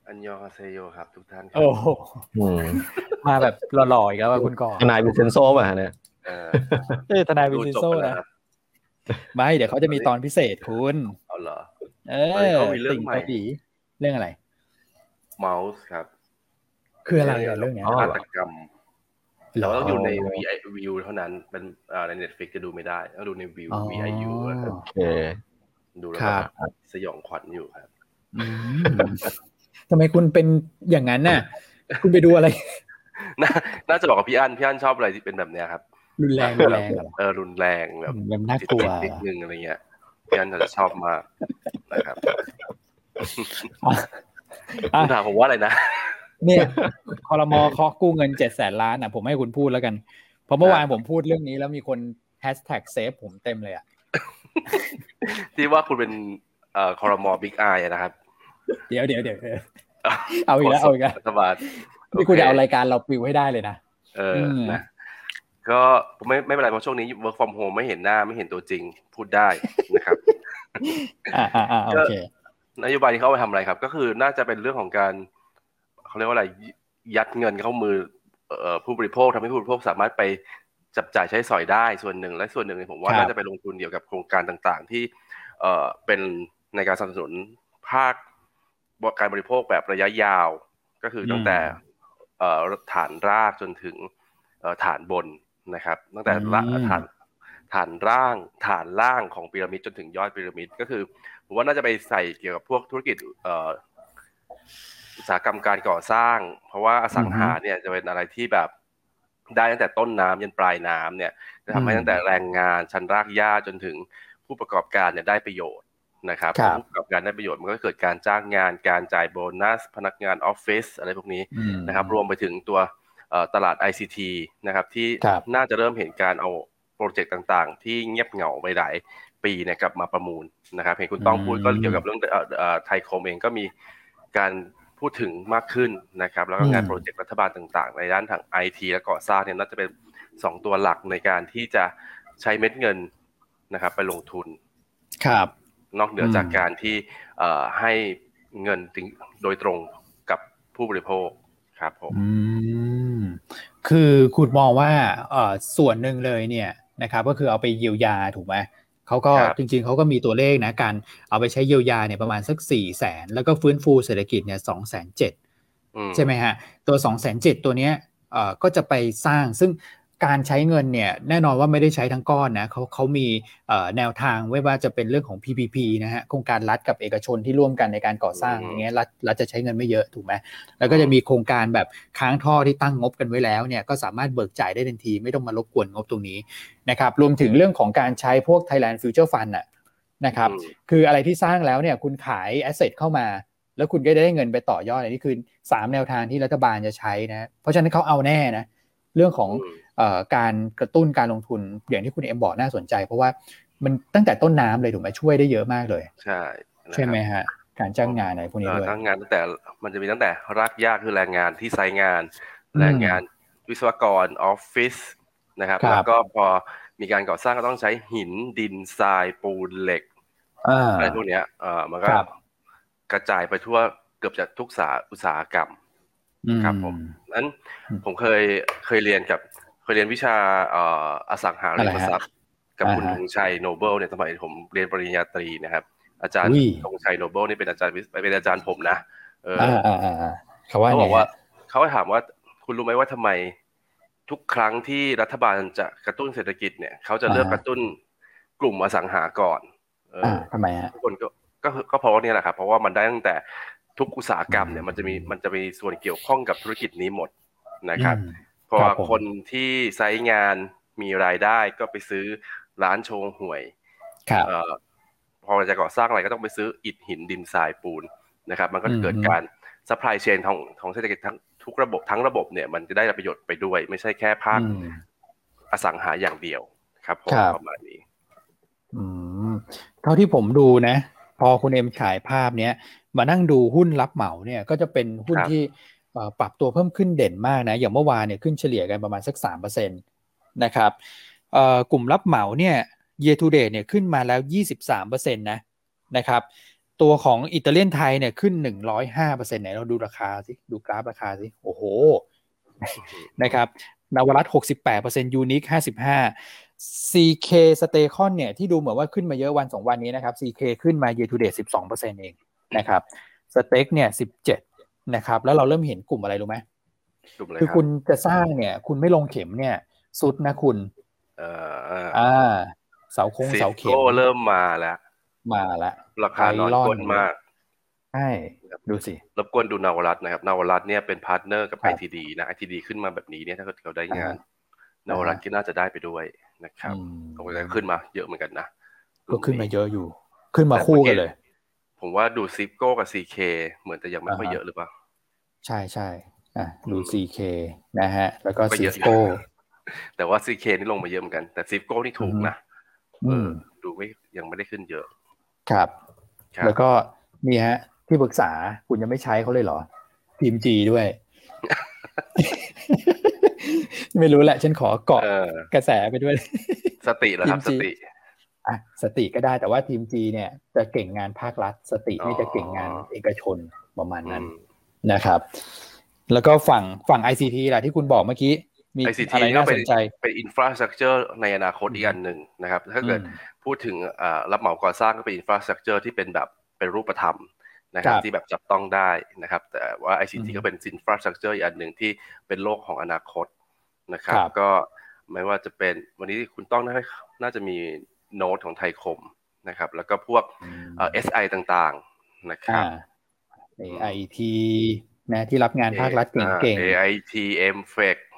อันยองฮาเซโยครับทุกท่านครับโอ้โหอืมมาแบบหล่อๆอีกแล้วว่าคุณก่อทนายวินเซนโซป่ะเนี่ยเออเออทนายวิดูนเซนจบโซไปแล้วนะครับ ไม่เดี๋ยวเขาจะมีตอนพิเศษคุณเอาเหรอเอตอนนี้อเขามีเรื่อติ่งงใหม่เกาหลีเรื่องอะไรเมาส์ครับคืออะไรอะเรื่องเนี้ยฆาตกรรมเหรแต่ว่าต้องอยู่ใน วี ไอ วิว เท่านั้นเป็นอ่าใน Netflix จะดูไม่ได้ต้องดูในวิวอ๋อวี ไอ ยู นะครับโอเคดูแล้วครัแบบ บสยองขวัญอยู่ครับอืมทำไมคุณเป็นอย่างนั้นน่ะ คุณไปดูอะไรน่าน่าจะบอกกับพี่อั้นพี่อั้นชอบอะไรที่เป็นแบบเนี้ยครับรุนแรงรุนแรงเหรอเออรุนแรงแบบแบบน่ากลัวนิดนึงอะไรเงี้ยพี่อั้นจะชอบมากนะครับอ่ะคุณถามผมว่าอะไรนะเนี่ยครม.เคาะกู้เงินเจ็ดแสนล้านอ่ะผมให้คุณพูดแล้วกันเพราะเมื่อวานผมพูดเรื่องนี้แล้วมีคนแฮชแท็กเซฟผมเต็มเลยอ่ะที่ว่าคุณเป็นเอ่อคอรมอบิ๊กไอนะครับเดี๋ยวเดี๋ยวเดี๋ยวเอาอีกแล้วเอาอีกแล้วรัฐบาลนี่คุณจะเอารายการเราปลิวให้ได้เลยนะเออนะก็ไม่ไม่เป็นไรเพราะช่วงนี้ work from home ไม่เห็นหน้าไม่เห็นตัวจริงพูดได้นะครับอ่าอ่าอ่าโอเคนโยบายที่เขาไปทำอะไรครับก็คือน่าจะเป็นเรื่องของการเขาเรียกว่าอะไรยัดเงินเข้ามือเอ่อผู้บริโภคทำให้ผู้บริโภคสามารถไปจับจ่ายใช้สอยได้ส่วนหนึ่งและส่วนหนึ่งผมว่าน่าจะไปลงทุนเกี่ยวกับโครงการต่างๆที่เอ่อเป็นในการสนับสนุนภาคการบริโภคแบบระยะยาวก็คือตั้งแต่เอ่อฐานรากจนถึงเอ่อฐานบนนะครับตั้งแต่ฐานฐานร่างฐานล่างของพีระมิดจนถึงยอดพีระมิดก็คือผมว่าน่าจะไปใส่เกี่ยวกับพวกธุรกิจเอ่ออุตสาหกรรมการก่อสร้างเพราะว่าอสังหาเนี่ยจะเป็นอะไรที่แบบได้ตั้งแต่ต้นน้ำยันปลายน้ำเนี่ยจะทำให้ตั้งแต่แรงงานชั้นรากหญ้าจนถึงผู้ประกอบการเนี่ยได้ประโยชน์นะครับผู้ประกอบการได้ประโยชน์มันก็เกิดการจ้างงานการจ่ายโบนัสพนักงานออฟฟิศอะไรพวกนี้นะครับรวมไปถึงตัวตลาด ไอ ซี ที นะครับที่น่าจะเริ่มเห็นการเอาโปรเจกต์ต่างๆที่เงียบเหงาไปหลายปีเนี่ยกลับมาประมูลนะครับเห็นคุณต้องพูดก็เกี่ยวกับเรื่องไทยคมเองก็มีการพูดถึงมากขึ้นนะครับแล้วก็งานโปรเจกต์รัฐบาลต่างๆในด้านทาง ไอ ที และก่อสร้างเนี่ยน่าจะเป็นสองตัวหลักในการที่จะใช้เม็ดเงินนะครับไปลงทุนครับนอกเหนือจากการที่ให้เงินโดยตรงกับผู้บริโภคครับผมคือคุณมองว่าส่วนหนึ่งเลยเนี่ยนะครับก็คือเอาไปเยียวยาถูกไหมเขาก็จริงๆเขาก็มีตัวเลขนะการเอาไปใช้เยียวยาเนี่ยประมาณสักสี่แสนแล้วก็ฟื้นฟูเศรษฐกิจเนี่ยสองแสนเจ็ดใช่ไหมฮะตัวสองแสนเจ็ดตัวเนี้ยก็จะไปสร้างซึ่งการใช้เงินเนี่ยแน่นอนว่าไม่ได้ใช้ทั้งก้อนนะเขาเขามีแนวทางไว้ว่าจะเป็นเรื่องของ พี พี พี นะฮะโครงการรัฐกับเอกชนที่ร่วมกันในการก่อสร้างอย่างเงี้ยรัฐรัฐจะใช้เงินไม่เยอะถูกไหมแล้วก็จะมีโครงการแบบค้างท่อที่ตั้งงบกันไว้แล้วเนี่ยก็สามารถเบิกจ่ายได้ทันทีไม่ต้องมารบกวนงบตรงนี้นะครับรวมถึงเรื่องของการใช้พวก Thailand Future Fund น่ะนะครับคืออะไรที่สร้างแล้วเนี่ยคุณขายแอสเซทเข้ามาแล้วคุณก็ได้เงินไปต่อยอดอันนี้คือสามแนวทางที่รัฐบาลจะใช้นะเพราะฉะนั้นเขาเอาแน่นะเรื่องของเอ่อการกระตุ้นการลงทุนอย่างที่คุณเอ็มบอกน่าสนใจเพราะว่ามันตั้งแต่ต้นน้ำเลยถูกไหมช่วยได้เยอะมากเลยใช่ใช่ไหมฮะการจ้างงานอะไรพวกนี้ด้วยจ้างงานตั้งแต่มันจะมีตั้งแต่รากหญ้าคือแรงงานที่ไซต์งานแรงงานวิศวกรออฟฟิศนะครับแล้วก็พอมีการก่อสร้างก็ต้องใช้หินดินทรายปูนเหล็กอะไรพวกนี้เอ่อมันก็กระจายไปทั่วเกือบจะทุกสาอุตสาหกรรมครับผมนั้นผมเคยเคยเรียนกับเคยเรียนวิชาเอ่ออสังหาริมทรัพย์กับคุณธงชัยโนเบิลเนี่ยสมัยผมเรียนปริญญาตรีนะครับอาจารย์ธงชัยโนเบิลนี่เป็นอาจารย์เป็นอาจารย์ผมนะเออเขาบอกว่าเขาถามว่าคุณรู้ไหมว่าทำไมทุกครั้งที่รัฐบาลจะกระตุ้นเศรษฐกิจเนี่ยเขาจะเลือกกระตุ้นกลุ่มอสังหาก่อนเออทำไมฮะทุกคนก็ก็ก็เพราะว่านี่แหละครับเพราะว่ามันได้ตั้งแต่ทุกอุตสาหกรรมเนี่ยมันจะมีมันจะมีส่วนเกี่ยวข้องกับธุรกิจนี้หมดนะครับเพราะว่าคนที่ไซต์งานมีรายได้ก็ไปซื้อร้านโชว์หวยเอ่อพอจะก่อสร้างอะไรก็ต้องไปซื้ออิฐหินดินทรายปูนนะครับมันก็เกิดการซัพพลายเชนของของเศรษฐกิจทั้งทุกระบบทั้งระบบเนี่ยมันจะได้ประโยชน์ไปด้วยไม่ใช่แค่ภาคอสังหาอย่างเดียวครับผมประมาณนี้อืมเท่าที่ผมดูนะพอคุณเอ็มฉายภาพเนี้ยมานั่งดูหุ้นรับเหมาเนี่ยก็จะเป็นหุ้นที่ปรับตัวเพิ่มขึ้นเด่นมากนะอย่างเมื่อวานเนี่ยขึ้นเฉลี่ยกันประมาณสัก สามเปอร์เซ็นต์ นะครับกลุ่มรับเหมาเนี่ย year to date เนี่ยขึ้นมาแล้ว ยี่สิบสามเปอร์เซ็นต์ นะนะครับตัวของอิตาเลียนไทยเนี่ยขึ้น หนึ่งร้อยห้าเปอร์เซ็นต์ ไหนเราดูราคาสิดูกราฟราคาสิโอ้โหนะครับนวรัตน์ หกสิบแปดเปอร์เซ็นต์ ยูนิค ห้าสิบห้า ซี เค Station เนี่ยที่ดูเหมือนว่าขึ้นมาเยอะวันสองวันนี้นะครับ ซี เค ขึ้นมา year to date สิบสองเปอร์เซ็นต์ เองนะครับสเต็กเนี่ยสิบเจ็ดนะครับแล้วเราเริ่มเห็นกลุ่มอะไรรู้ไหมคือคุณจะสร้างเนี่ยคุณไม่ลงเข็มเนี่ยสุดนะคุณเอ่ออ่าเสาคงเสาเข็มเริ่มมาแล้วมาแล้วราคานอนก้นมากใช่ดูสิรบกวนดูนวรัตน์นะครับนวรัตน์เนี่ยเป็นพาร์ทเนอร์กับ ไอ ที ดี นะ ไอ ที ดี ขึ้นมาแบบนี้เนี่ยถ้าเกิดเขาได้งานนวรัตน์ก็น่าจะได้ไปด้วยนะครับตรงนี้ขึ้นมาเยอะเหมือนกันนะก็ขึ้นมาเยอะอยู่ขึ้นมาคู่กันเลยผมว่าดูซิปโก้กับ ซี เค เหมือนจะยังไม่ค่อยเยอะหรือเปล่าใช่ใช่อ่ะดู ซี เค นะฮะแล้วก็ซิปโก้แต่ว่า ซี เค นี่ลงมาเยอะเหมือนกันแต่ซิปโก้นี่ถูกนะเออดูไม่ยังไม่ได้ขึ้นเยอะครับแล้วก็นี่ฮะที่ปรึกษาคุณยังไม่ใช้เขาเลยเหรอทีม G ด้วย ไม่รู้แหละฉันขอเกาะกระแสไปด้วยสติเหรอครับสติอ่ะสติก็ได้แต่ว่าทีม G เนี่ยจะเก่งงานภาครัฐสตินี่จะเก่งงานเอกชนประมาณนั้นนะครับแล้วก็ฝั่งฝั่ง ไอ ซี ที ล่ะที่คุณบอกเมื่อกี้มีอะไรน่าสนใจเป็น infrastructure ในอนาคตอีกอันหนึ่งนะครับถ้าเกิดพูดถึงรับเหมาก่อสร้างก็เป็น infrastructure ที่เป็นแบบเป็นรูปธรรมนะครับที่แบบจับต้องได้นะครับแต่ว่า ไอ ซี ที ก็เป็น infrastructure อีกอันหนึ่งที่เป็นโลกของอนาคตนะครับก็ไม่ว่าจะเป็นวันนี้คุณต้องน่าจะมีโน้ตของไทยคมนะครับแล้วก็พวก เอส ไอ ต่างๆนะครับเอ ไอ ที นะที่รับงานภาครัฐเก่งๆเอ ไอ ที เอ็ม เอฟ อี ซี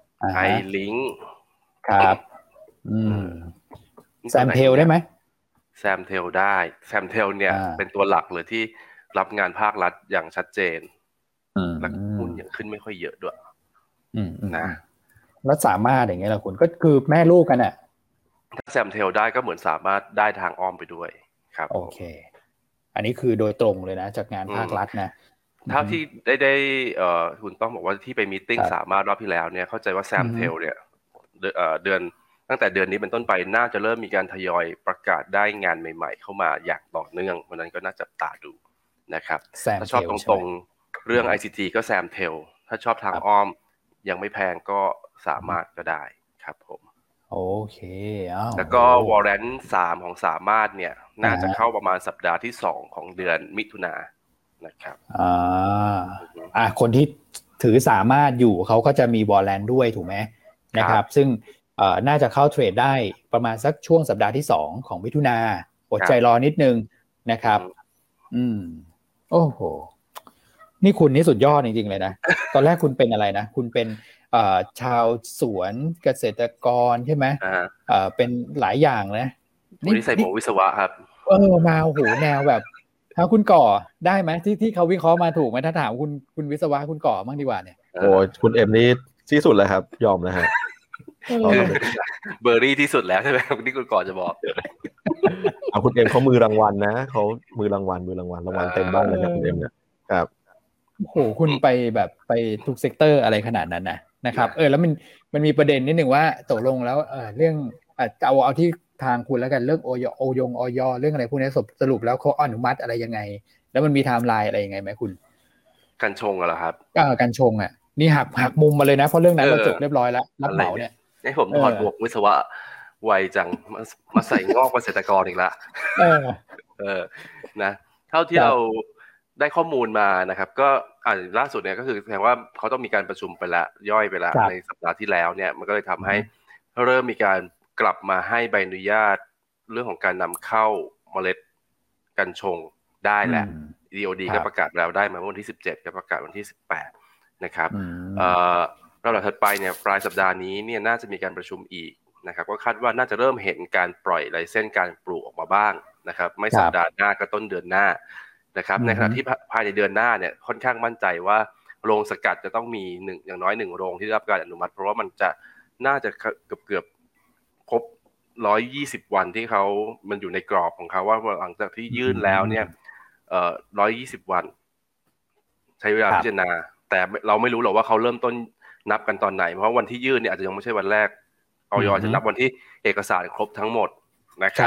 iLink ครับอืมแซมเทลได้ไหมแซมเทลได้แซมเทลเนี่ยเป็นตัวหลักเลยที่รับงานภาครัฐอย่างชัดเจนและหุ้นยังขึ้นไม่ค่อยเยอะด้วยนะแล้วสามารถอย่างเงี้ยล่ะคุณก็คือแม่ลูกกันอ่ะถ้าแซมเทลได้ก็เหมือนสามารถได้ทางอ้อมไปด้วยครับโอเคอันนี้คือโดยตรงเลยนะจากงานภาครัฐนะเท่าที่ได้ได้เอ่อคุณต้องบอกว่าที่ไปมีตติ้งสามารถรอบที่แล้วเนี่ยเข้าใจว่าแซมเทลเนี่ยเอ่อเดือนตั้งแต่เดือนนี้เป็นต้นไปน่าจะเริ่มมีการทยอยประกาศได้งานใหม่ๆเข้ามาอย่างต่อเนื่องเพราะนั้นก็น่าจับตาดูนะครับถ้าชอบตรงๆเรื่อง ไอ ซี ที ก็แซมเทลถ้าชอบทางอ้อมยังไม่แพงก็สามารถก็ได้ครับผมโอเคแล้วก็วอร์เรนต์สามของสามารถเนี่ยน่าจะเข้าประมาณสัปดาห์ที่สองของเดือนมิถุนายนนะครับอ่าอ่าคนที่ถือสามารถอยู่เขาก็จะมีวอลเลนด้วยถูกไหมนะครับซึ่งเอ่อน่าจะเข้าเทรดได้ประมาณสักช่วงสัปดาห์ที่สองของมิถุนาอดใจรอนิดนึงนะครับอืมโอ้โหนี่คุณนี่สุดยอดจริงๆเลยนะตอนแรกคุณเป็นอะไรนะคุณเป็นเอ่อชาวสวนเกษตรกรใช่ไหมเอ่อเป็นหลายอย่างนะนี่ใส่หมวกวิศวะครับเออมาโอ้โหแนวแบบถ้าคุณก่อได้ไหมที่ที่เขาวิเคราะห์มาถูกไหมถ้าถามคุณคุณวิศวะคุณก่อบ้างดีกว่าเนี่ยโอ้คุณเอ็มนี่ที่สุดเลยครับยอมนะฮะเบอร์รี่ที่สุดแล้วใช่ไหมที่คุณก่อจะบอกเอาคุณเอ็มเขามือรางวัลนะเขามือรางวัลมือรางวัลรางวัลเต็มบ้านเลยครับคุณเอ็มเนี่ยครับโอ้โหคุณไปแบบไปทุกเซกเตอร์อะไรขนาดนั้นนะนะครับเออแล้วมันมันมีประเด็นนิดนึงว่าตกลงแล้วเออเรื่องเอาเอาที่ทางคุณแล้วกันเรื่องโอยโอยงออยเรื่องอะไรพวกนี้สรุปแล้วเขาอนุมัติอะไรยังไงแล้วมันมีไทม์ไลน์อะไรยังไงไหมคุณกันชงเหรอครับอ่ากันชงอ่ะนี่หักหักมุมมาเลยนะเพราะเรื่องนั้นเราจบเรียบร้อยแล้วรับเหมาเนี่ยให้ผมถอดบวกวิศวะไวจังมาใส่งอกเกษตรกรอีกละเออเออนะเท่าที่เราได้ข้อมูลมานะครับก็อ่าล่าสุดเนี่ยก็คือแสดงว่าเขาต้องมีการประชุมไปละย่อยไปละในสัปดาห์ที่แล้วเนี่ยมันก็เลยทำให้เริ่มมีการกลับมาให้ใบอนุญาตเรื่องของการนำเข้าเมล็ดกัญชงได้แหละ ดี โอ ดี ก็ประกาศแล้วได้มาวันที่สิบเจ็ดก็ประกาศวันที่สิบแปดนะครับเอ่อระดับถัดไปเนี่ยปลายสัปดาห์นี้เนี่ยน่าจะมีการประชุมอีกนะครับก็คาดว่าน่าจะเริ่มเห็นการปล่อยไลเซนส์การปลูกออกมาบ้างนะครับไม่สัปดาห์หน้าก็ต้นเดือนหน้านะครับในขณะที่ภายในเดือนหน้าเนี่ยค่อนข้างมั่นใจว่าโรงสกัดจะต้องมีหนึ่งอย่างน้อยหนึ่งโรงที่ได้รับการอนุมัติเพราะว่ามันจะน่าจะเกือบเกือบครบหนึ่งร้อยยี่สิบวันที่เขามันอยู่ในกรอบของเขาว่าหลังจากที่ยื่นแล้วเนี่ยเอ่อหนึ่งร้อยยี่สิบวันใช้เวลาพิจารณาแต่เราไม่รู้หรอกว่าเขาเริ่มต้นนับกันตอนไหนเพราะวันที่ยื่นเนี่ยอาจจะยังไม่ใช่วันแรกอยจะนับวันที่เอกสารครบทั้งหมดนะครับ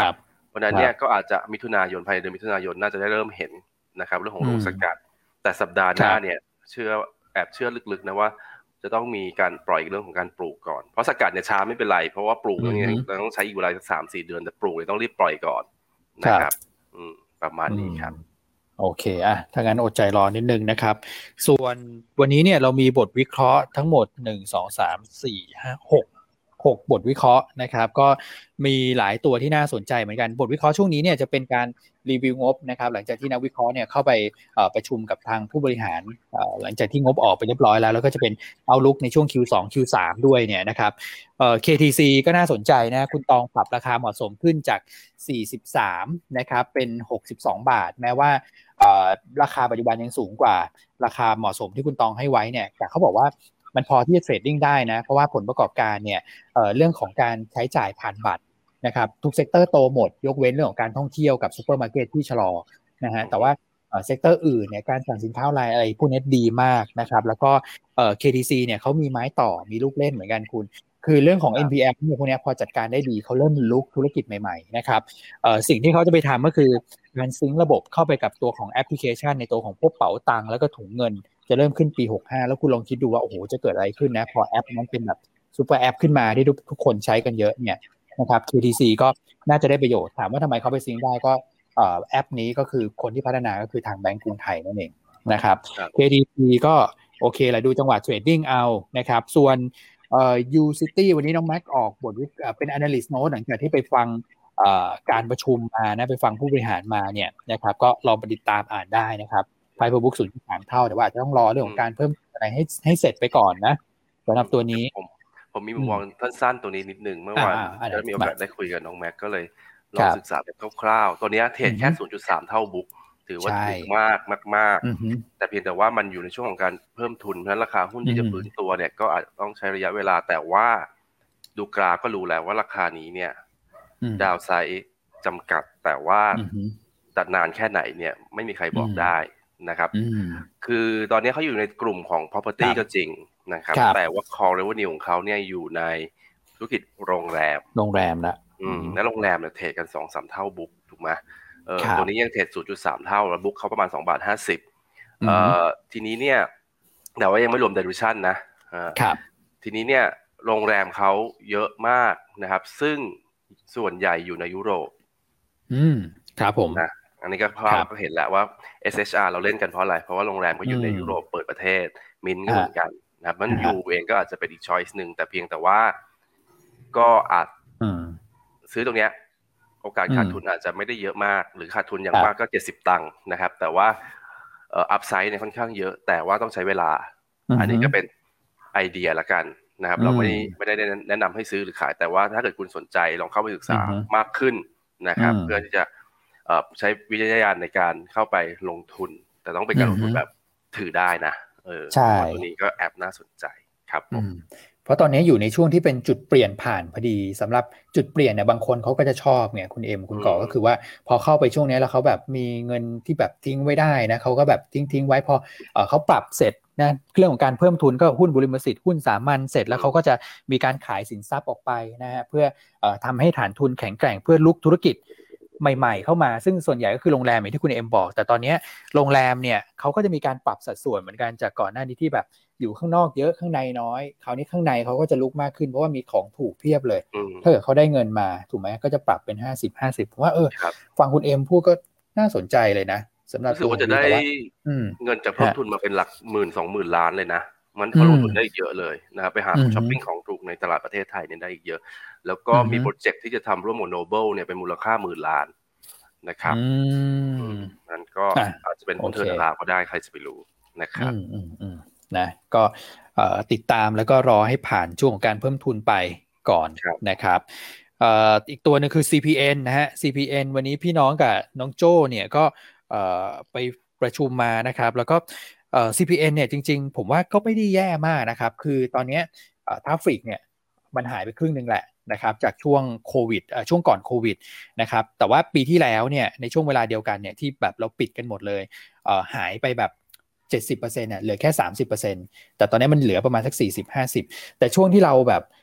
เพราะนั้นเนี่ยก็อาจจะมิถุนายนภายในเดือนมิถุนายนน่าจะได้เริ่มเห็นนะครับเรื่องของโรงสกัดแต่สัปดาห์หน้าเนี่ยเชื่อแอบเชื่อลึกๆนะว่าจะต้องมีการปล่อยเรื่องของการปลูกก่อนเพราะสกัดเนี่ยช้าไม่เป็นไรเพราะว่าปลูกเนี่ยเราต้องใช้อีกเวลาสักสามสี่เดือนแต่ปลูกเนี่ยต้องรีบปล่อยก่อนนะครับอืมประมาณนี้ครับโอเคอ่ะถ้างั้นอดใจรอนิดนึงนะครับส่วนวันนี้เนี่ยเรามีบทวิเคราะห์ทั้งหมดหนึ่ง สอง สาม สี่ ห้า หก หกบทวิเคราะห์นะครับก็มีหลายตัวที่น่าสนใจเหมือนกันบทวิเคราะห์ช่วงนี้เนี่ยจะเป็นการรีวิวงบนะครับหลังจากที่นักวิเคราะห์เนี่ยเข้าไปประชุมกับทางผู้บริหารหลังจากที่งบออกไปเรียบร้อยแล้วแล้วก็จะเป็นเอาลุกในช่วง คิว สอง คิว สาม ด้วยเนี่ยนะครับเอ่อ เค ที ซี ก็น่าสนใจนะคุณตองปรับราคาเหมาะสมขึ้นจากสี่สิบสามนะครับเป็นหกสิบสองบาทแม้ว่าราคาปัจจุบันยังสูงกว่าราคาเหมาะสมที่คุณตองให้ไว้เนี่ยแต่เขาบอกว่ามันพอที่จะเทรดดิ้งได้นะเพราะว่าผลประกอบการเนี่ย เอ่อ เรื่องของการใช้จ่ายผ่านบัตรนะครับทุกเซกเตอร์โตหมดยกเว้นเรื่องของการท่องเที่ยวกับซุปเปอร์มาร์เก็ตที่ชะลอนะฮะแต่ว่าเอ่อเซกเตอร์อื่นเนี่ยการสั่งสินค้าออนไลน์อะไรพวกนี้ดีมากนะครับแล้วก็เอ่อ เค ที ซี เนี่ยเขามีไม้ต่อมีลูกเล่นเหมือนกันคุณคือเรื่องของ เอ็น พี แอล พวกนี้พอจัดการได้ดีเขาเริ่มลุกธุรกิจใหม่ๆนะครับเอ่อสิ่งที่เขาจะไปทำก็คือการซิงค์ระบบเข้าไปกับตัวของแอปพลิเคชันในตัวของพวกเป๋าตังค์แล้วก็ถุงเงินจะเริ่มขึ้นปีหกสิบห้าแล้วคุณลองคิดดูว่าโอ้โหจะเกิดอะไรขึ้นนะพอแอปนั้นเป็นแบบซุปเปอร์แอปขึ้นมาที่ทุกทุกคนใช้กันเยอะเนี่ยนะครับ เค ที ซี ก็น่าจะได้ประโยชน์ถามว่าทำไมเขาไปซิงค์ได้ก็เอ่อแอปนี้ก็คือคนที่พัฒนาก็คือทางแบงก์กรุงไทยนั่นเองนะครับ เค ที ซี ก็โอเคแหละดูจังหวะเทรดดิ้งเอานะครับส่วนเอ่อ U-City วันนี้น้องแม็กออกบทเป็น Analyst Note หลังจากที่ไปฟังเอ่อการประชุมมานะไปฟังผู้บริหารมาเนี่ยนะครับก็ลองไปติดตามอ่านได้นะครับไพ per book ศูนย์จุดสามเท่าแต่ว่าอาจจะต้องรอเรื่องของการเพิ่มอะไรให้ให้เสร็จไปก่อนนะสำหรับตัวนี้ผมผมมีมุมมองสั้นๆตัวนี้นิดนึงเมื่อวานได้มีโอกาสได้คุยกับน้องแม็กก็เลยลองศึกษาแบบคร่าวๆตัวนี้เทรดแค่ ศูนย์จุดสาม เท่าบุ๊กถือว่าถูกมากมากๆแต่เพียงแต่ว่ามันอยู่ในช่วงของการเพิ่มทุนเพราะฉะนั้นราคาหุ้นที่จะฟื้นตัวเนี่ยก็อาจจะต้องใช้ระยะเวลาแต่ว่าดูกราฟก็รู้แล้วว่าราคานี้เนี่ยดาวไซด์จำกัดแต่ว่าตัดนานแค่ไหนเนี่ยไม่มีใครบอกได้นะครับคือตอนนี้เขาอยู่ในกลุ่มของ property ก็จริงนะครับแต่ว่า core revenue ของเขาเนี่ยอยู่ในธุรกิจโรงแรมโรงแรมนะอืมและโรงแรมเนี่ยเทรดกัน สองถึงสาม เท่าบุ๊กถูกไหมเออตัวนี้ยังเทรด ศูนย์จุดสาม เท่าแล้วบุ๊กเขาประมาณสองบาทห้าสิบเอ่อทีนี้เนี่ยแต่ว่ายังไม่รวม dilution นะอ่าครับทีนี้เนี่ยโรงแรมเขาเยอะมากนะครับซึ่งส่วนใหญ่อยู่ในยุโรปอืมครับผมนะอันนี้ก็ภาพก็เห็นแล้วว่า เอส เอช อาร์ เราเล่นกันเพราะอะไรเพราะว่าโรงแรมก็อยู่ในยุโรปเปิดประเทศมินก็เหมือนกันนะครับมันยูเองก็อาจจะเป็นอีกช้อยส์นึงแต่เพียงแต่ว่าก็อาจซื้อตรงเนี้ยโอกาสขาดทุนอาจจะไม่ได้เยอะมากหรือขาดทุนอย่างมากก็เจ็ดสิบตังค์นะครับแต่ว่าเอ่ออัพไซด์เนี่ยค่อนข้างเยอะแต่ว่าต้องใช้เวลาอันนี้ก็เป็นไอเดียละกันนะครับเราไม่ไม่ได้แนะนำให้ซื้อหรือขายแต่ว่าถ้าเกิดคุณสนใจลองเข้าไปศึกษามากขึ้นนะครับเพื่อที่จะใช้วิจารณญาณในการเข้าไปลงทุนแต่ต้องเป็นการลงทุนแบบถือได้นะเออตัวนี้ก็แอบน่าสนใจครับผมเพราะตอนนี้อยู่ในช่วงที่เป็นจุดเปลี่ยนผ่านพอดีสำหรับจุดเปลี่ยนเนี่ยบางคนเขาก็จะชอบไงคุณเอ็มคุณก่อก็คือว่าพอเข้าไปช่วงนี้แล้วเขาแบบมีเงินที่แบบทิ้งไว้ได้นะเขาก็แบบทิ้งทิ้งไว้พอเอ่อเขาปรับเสร็จนะเรื่องของการเพิ่มทุนก็หุ้นบริมสิทธิ์หุ้นสามัญเสร็จแล้วเขาก็จะมีการขายสินทรัพย์ออกไปนะฮะเพื่อเอ่อทำให้ฐานทุนแข็งแกร่งเพื่อลุกธุรกิจใหม่ๆเข้ามาซึ่งส่วนใหญ่ก็คือโรงแรมอย่างที่คุณเอ็มบอกแต่ตอนนี้โรงแรมเนี่ยเขาก็จะมีการปรับสัดส่วนเหมือนกันจากก่อนหน้านี้ที่แบบอยู่ข้างนอกเยอะข้างในน้อยคราวนี้ข้างในเขาก็จะลุกมากขึ้นเพราะว่ามีของถูกเพียบเลยถ้าเกิดเขาได้เงินมาถูกไหมก็จะปรับเป็นห้าสิบ ห้าสิบผมว่าเออฟังคุณเอ็มพูดก็น่าสนใจเลยนะสำหรับรู้สึกว่าจะได้เงินจากเพิ่มทุนมาเป็นหลักหมื่นสองหมื่นล้านเลยนะมันเขาลงทุนได้เยอะเลยนะครับไปหาช้อปปิ้งของถูกในตลาดประเทศไทยเนี่ยได้อีกเยอะแล้วก็มีโปรเจกต์ที่จะทำร่วมกับ Noble เนี่ยเป็นมูลค่าหมื่นล้านนะครับนั่นก็อาจจะเป็นหุ้นเทอร์นาก็ได้ใครจะไปรู้นะครับนะก็ติดตามแล้วก็รอให้ผ่านช่วงของการเพิ่มทุนไปก่อนนะครับอีกตัวนึงคือ ซี พี เอ็น นะฮะ ซี พี เอ็น วันนี้พี่น้องกับน้องโจ้เนี่ยก็ไปประชุมมานะครับแล้วก็ ซี พี เอ็น เนี่ยจริงๆผมว่าก็ไม่ได้แย่มากนะครับคือตอนนี้ทราฟฟิกเนี่ยมันหายไปครึ่งนึงแหละนะครับจากช่วงโควิดช่วงก่อนโควิดนะครับแต่ว่าปีที่แล้วเนี่ยในช่วงเวลาเดียวกันเนี่ยที่แบบเราปิดกันหมดเลยหายไปแบบ เจ็ดสิบเปอร์เซ็นต์ น่ะเหลือแค่ สามสิบเปอร์เซ็นต์ แต่ตอนนี้มันเหลือประมาณสัก สี่สิบ ห้าสิบ แต่ช่วงที่เราแบบ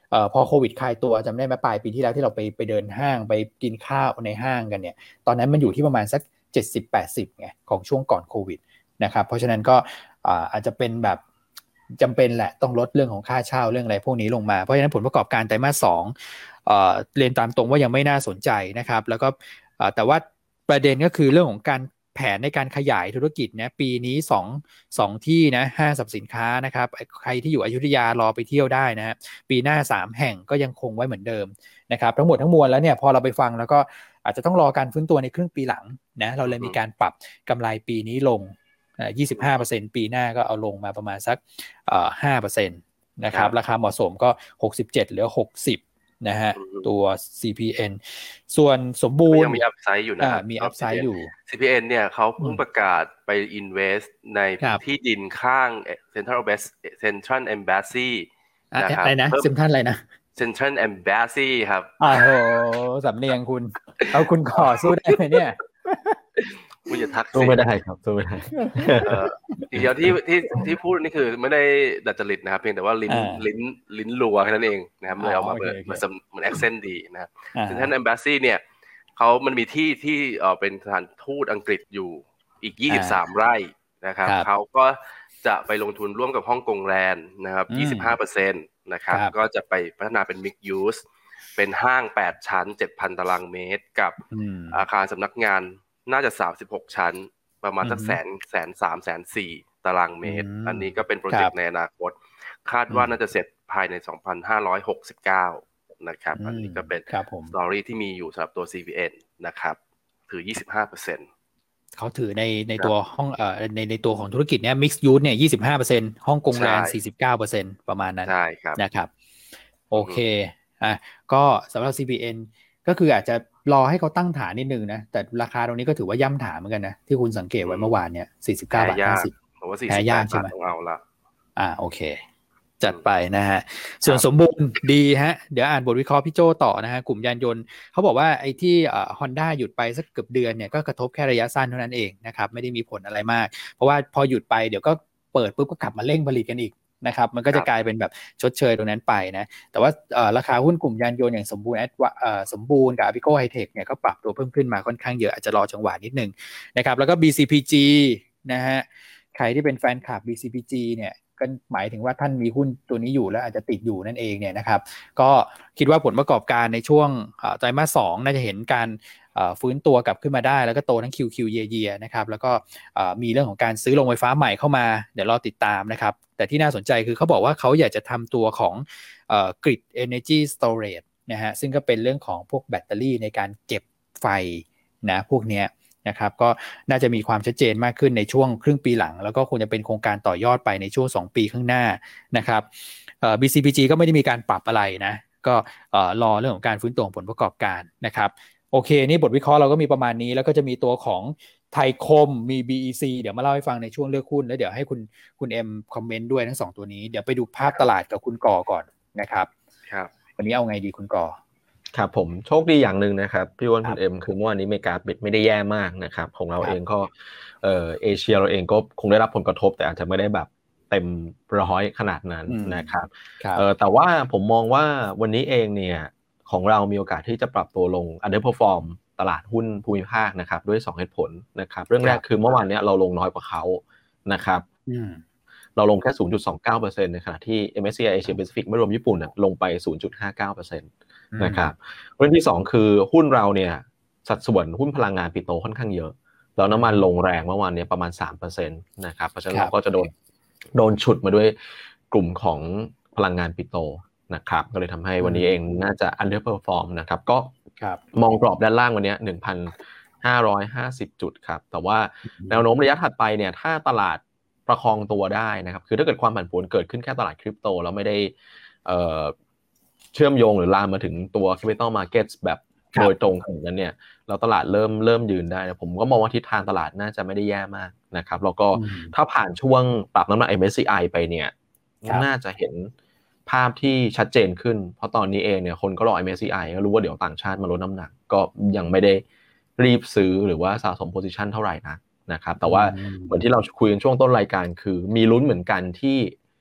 เอ่อพอโควิดคลายตัวจำได้ไหมปลายปีที่แล้วที่เราไปไปเดินห้างไปกินข้าวในห้างกันเนี่ยตอนนั้นมันอยู่ที่ประมาณสักเจ็ดสิบ แปดสิบไงของช่วงก่อนโควิดนะครับเพราะฉะนั้นก็อ่าอาจจะเป็นแบบจำเป็นแหละต้องลดเรื่องของค่าเช่าเรื่องอะไรพวกนี้ลงมาเพราะฉะนั้นผลประกอบการไตรมาสสองเอ่อเรียนตามตรงว่ายังไม่น่าสนใจนะครับแล้วก็เอ่อแต่ว่าประเด็นก็คือเรื่องของการแผนในการขยายธุรกิจนะปีนี้สอง สองที่นะห้างสรรพสินค้านะครับใครที่อยู่อยุธยารอไปเที่ยวได้นะปีหน้าสามแห่งก็ยังคงไว้เหมือนเดิมนะครับทั้งหมดทั้งมวลแล้วเนี่ยพอเราไปฟังแล้วก็อาจจะต้องรอการฟื้นตัวในครึ่งปีหลังนะเราเลยมีการปรับกำไรปีนี้ลงยี่สิบห้าเปอร์เซ็นต์ ปีหน้าก็เอาลงมาประมาณสักเอ่อ ห้าเปอร์เซ็นต์ นะครับราคาเหมาะสมก็หกสิบเจ็ดเหลือหกสิบนะฮะตัว ซี พี เอ็น ส่วนสมบูรณ์ยังมีอัพไซด์อยู่นะมีอัพไซด์อยู่ซี พี เอ็น เนี่ยเขาเพิ่งประกาศไป invest ในที่ดินข้าง Central Central Embassy นะครับอะไรนะ Central อะไรนะ Central Embassy ครับอ้าวโหสำเนียงคุณเอาคุณขอสู้ได้ไหมเนี่ยคุณอย่าทักสู้ไม่ได้ครับสู้ไม่ได้เออทีเดียวที่ที่ที่พูดนี่คือไม่ได้ดัดจริตนะครับเพียงแต่ว่าลิ้นลิ้นลิ้นรัวแค่นั้นเองนะครับเลยเอามาเหมือนเหมือน accent ดีนะครับ Central Embassy เนี่ยเขามันมีที่ที่เอ่อเป็นสถานทูตอังกฤษอยู่อีกยี่สิบสามไร่นะครับเขาก็จะไปลงทุนร่วมกับฮ่องกงแลนด์นะครับ ยี่สิบห้าเปอร์เซ็นต์ นะครับก็จะไปพัฒนาเป็น mixed use เป็นห้างแปดชั้น เจ็ดพัน ตารางเมตรกับอาคารสำนักงานน่าจะสามสิบหกชั้นประมาณสักแสนแสนสามแสนสี่ตารางเมตรอันนี้ก็เป็นโปรเจกต์ในอนาคตคาดว่าน่าจะเสร็จภายในสองพันห้าร้อยหกสิบเก้านะครับอันนี้ก็เป็นสตอรี่ที่มีอยู่สำหรับตัว ซี พี เอ็น นะครับถือ ยี่สิบห้าเปอร์เซ็นต์เขาถือในในตัวห้องเอ่อในในตัวของธุรกิจเนี้ย mixed use เนี่ย ยี่สิบห้าเปอร์เซ็นต์ ฮ่องกงแลนด์ สี่สิบเก้าเปอร์เซ็นต์ ประมาณนั้นใช่ครับนะครับโอเคอ่ะก็สำหรับ ซี พี เอ็น ก็คืออาจจะรอให้เขาตั้งฐานนิดนึงนะแต่ราคาตรงนี้ก็ถือว่าย่ำฐานเหมือนกันนะที่คุณสังเกตไว้เมื่อวานเนี่ยสี่สิบเก้าบาทห้าสิบผมว่าสี่สิบแปดบาทต้องเอาละอ่าโอเคจัดไปนะฮะส่วนสมบูรณ์ดีฮะเดี๋ยวอ่านบทวิเคราะห์พี่โจต่อนะฮะกลุ่มยานยนต์เขาบอกว่าไอ้ที่เอ่อ Honda หยุดไปสักเกือบเดือนเนี่ยก็กระทบแค่ระยะสั้นเท่านั้นเองนะครับไม่ได้มีผลอะไรมากเพราะว่าพอหยุดไปเดี๋ยวก็เปิดปุ๊บก็กลับมาเร่งผลิตกันอีกนะครับมันก็จะกลายเป็นแบบชดเชยตรงนั้นไปนะแต่ว่าราคาหุ้นกลุ่มยานยนต์อย่างสมบูรณ์แอดสมบูรณ์กับ Apico High-Tech เนี่ยก็ปรับตัวเพิ่มขึ้นมาค่อนข้างเยอะอาจจะรอจังหวะนิดนึงนะครับแล้วก็ บี ซี พี จี นะฮะใครที่เป็นแฟนคลับ บี ซี พี จี เนี่ยก็หมายถึงว่าท่านมีหุ้นตัวนี้อยู่แล้วอาจจะติดอยู่นั่นเองเนี่ยนะครับก็คิดว่าผลประกอบการในช่วงไตรมาสสองน่าจะเห็นการฟื้นตัวกลับขึ้นมาได้แล้วก็โตทั้ง คิว คิว year year นะครับแล้วก็มีเรื่องของการซื้อโรงไฟฟ้าใหม่เข้ามาเดี๋ยวรอติดตามนะครับแต่ที่น่าสนใจคือเขาบอกว่าเขาอยากจะทำตัวของ grid energy storage นะฮะซึ่งก็เป็นเรื่องของพวกแบตเตอรี่ในการเก็บไฟนะพวกเนี้ยนะครับก็น่าจะมีความชัดเจนมากขึ้นในช่วงครึ่งปีหลังแล้วก็คงจะเป็นโครงการต่อยอดไปในช่วงสองปีข้างหน้านะครับเอ่อ บี ซี พี จี ก็ไม่ได้มีการปรับอะไรนะก็เอ่อรอเรื่องของการฟื้นตัวของผลประกอบการนะครับโอเคนี่บทวิเคราะห์เราก็มีประมาณนี้แล้วก็จะมีตัวของไทยคมมี บี อี ซี เดี๋ยวมาเล่าให้ฟังในช่วงเลือกหุ้นแล้วเดี๋ยวให้คุณคุณเอ็มคอมเมนต์ด้วยทั้งสองตัวนี้เดี๋ยวไปดูภาพตลาดกับคุณก่อก่อนนะครับครับวันนี้เอาไงดีคุณก่อครับผมโชคดีอย่างหนึ่งนะครับพี่อ้วนคุณเอ็มคือเมื่อวานนี้อเมริกาปิดไม่ได้แย่มากนะครับของเราเองก็เอ่อเอเชียเราเองก็คงได้รับผลกระทบแต่อาจจะไม่ได้แบบเต็มร้อยขนาดนั้นนะครับเอ่อแต่ว่าผมมองว่าวันนี้เองเนี่ยของเรามีโอกาสที่จะปรับตัวลง underperform ตลาดหุ้นภูมิภาคนะครับด้วยสองเหตุผลนะครับเรื่องแรกคือเมื่อวานนี้เราลงน้อยกว่าเขานะครับเราลงแค่ ศูนย์จุดสองเก้าเปอร์เซ็นต์ ในขณะที่ เอ็ม เอส ซี ไอ Asia Pacific ไม่รวมญี่ปุ่นน่ะลงไป ศูนย์จุดห้าเก้าเปอร์เซ็นต์ นะครับเรื่องที่สองคือหุ้นเราเนี่ยสัดส่วนหุ้นพลังงานปิโตรค่อนข้างเยอะแล้วน้ำมันลงแรงเมื่อวานนี้ประมาณ สามเปอร์เซ็นต์ นะครับเพราะฉะนั้นเราก็จะโดนโดนฉุดมาด้วยกลุ่มของพลังงานปิโตรนะครับก็เลยทำให้วันนี้เองน่าจะ underperform นะครับก็มองกรอบด้านล่างวันนี้ หนึ่งพันห้าร้อยห้าสิบ จุดครับแต่ว่าแนวโน้มระยะถัดไปเนี่ยถ้าตลาดประคองตัวได้นะครับคือถ้าเกิดความผันผวนเกิดขึ้นแค่ตลาดคริปโตแล้วไม่ได้เอ่อเชื่อมโยงหรือลามมาถึงตัว capital markets แบบโดยตรงอย่างนั้นเนี่ยเราตลาดเริ่มเริ่มยืนได้ผมก็มองว่าทิศทางตลาดน่าจะไม่ได้แย่มากนะครับแล้วก็ถ้าผ่านช่วงปรับน้ำหนัก เอ็ม เอส ซี ไอ ไปเนี่ยน่าจะเห็นภาพที่ชัดเจนขึ้นเพราะตอนนี้เองเนี่ยคนก็รอ เอ็ม เอส ซี ไอ ก็รู้ว่าเดี๋ยวต่างชาติมาลดน้ำหนักก็ยังไม่ได้รีบซื้อหรือว่าสะสม position เท่าไหร่นะนะครับแต่ว่าเหมือนที่เราคุยกันช่วงต้นรายการคือมีลุ้นเหมือนกันที่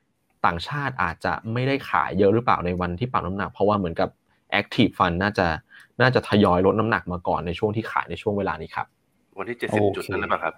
ต่างชาติอาจจะไม่ได้ขายเยอะหรือเปล่าในวันที่ปรับน้ำหนักเพราะว่าเหมือนกับ Active Fund น่าจะน่าจะทยอยลดน้ำหนักมาก่อนในช่วงที่ขายในช่วงเวลานี้ครับวันที่เจ็ดสิบจุดนั่นหรือเปล่าครับ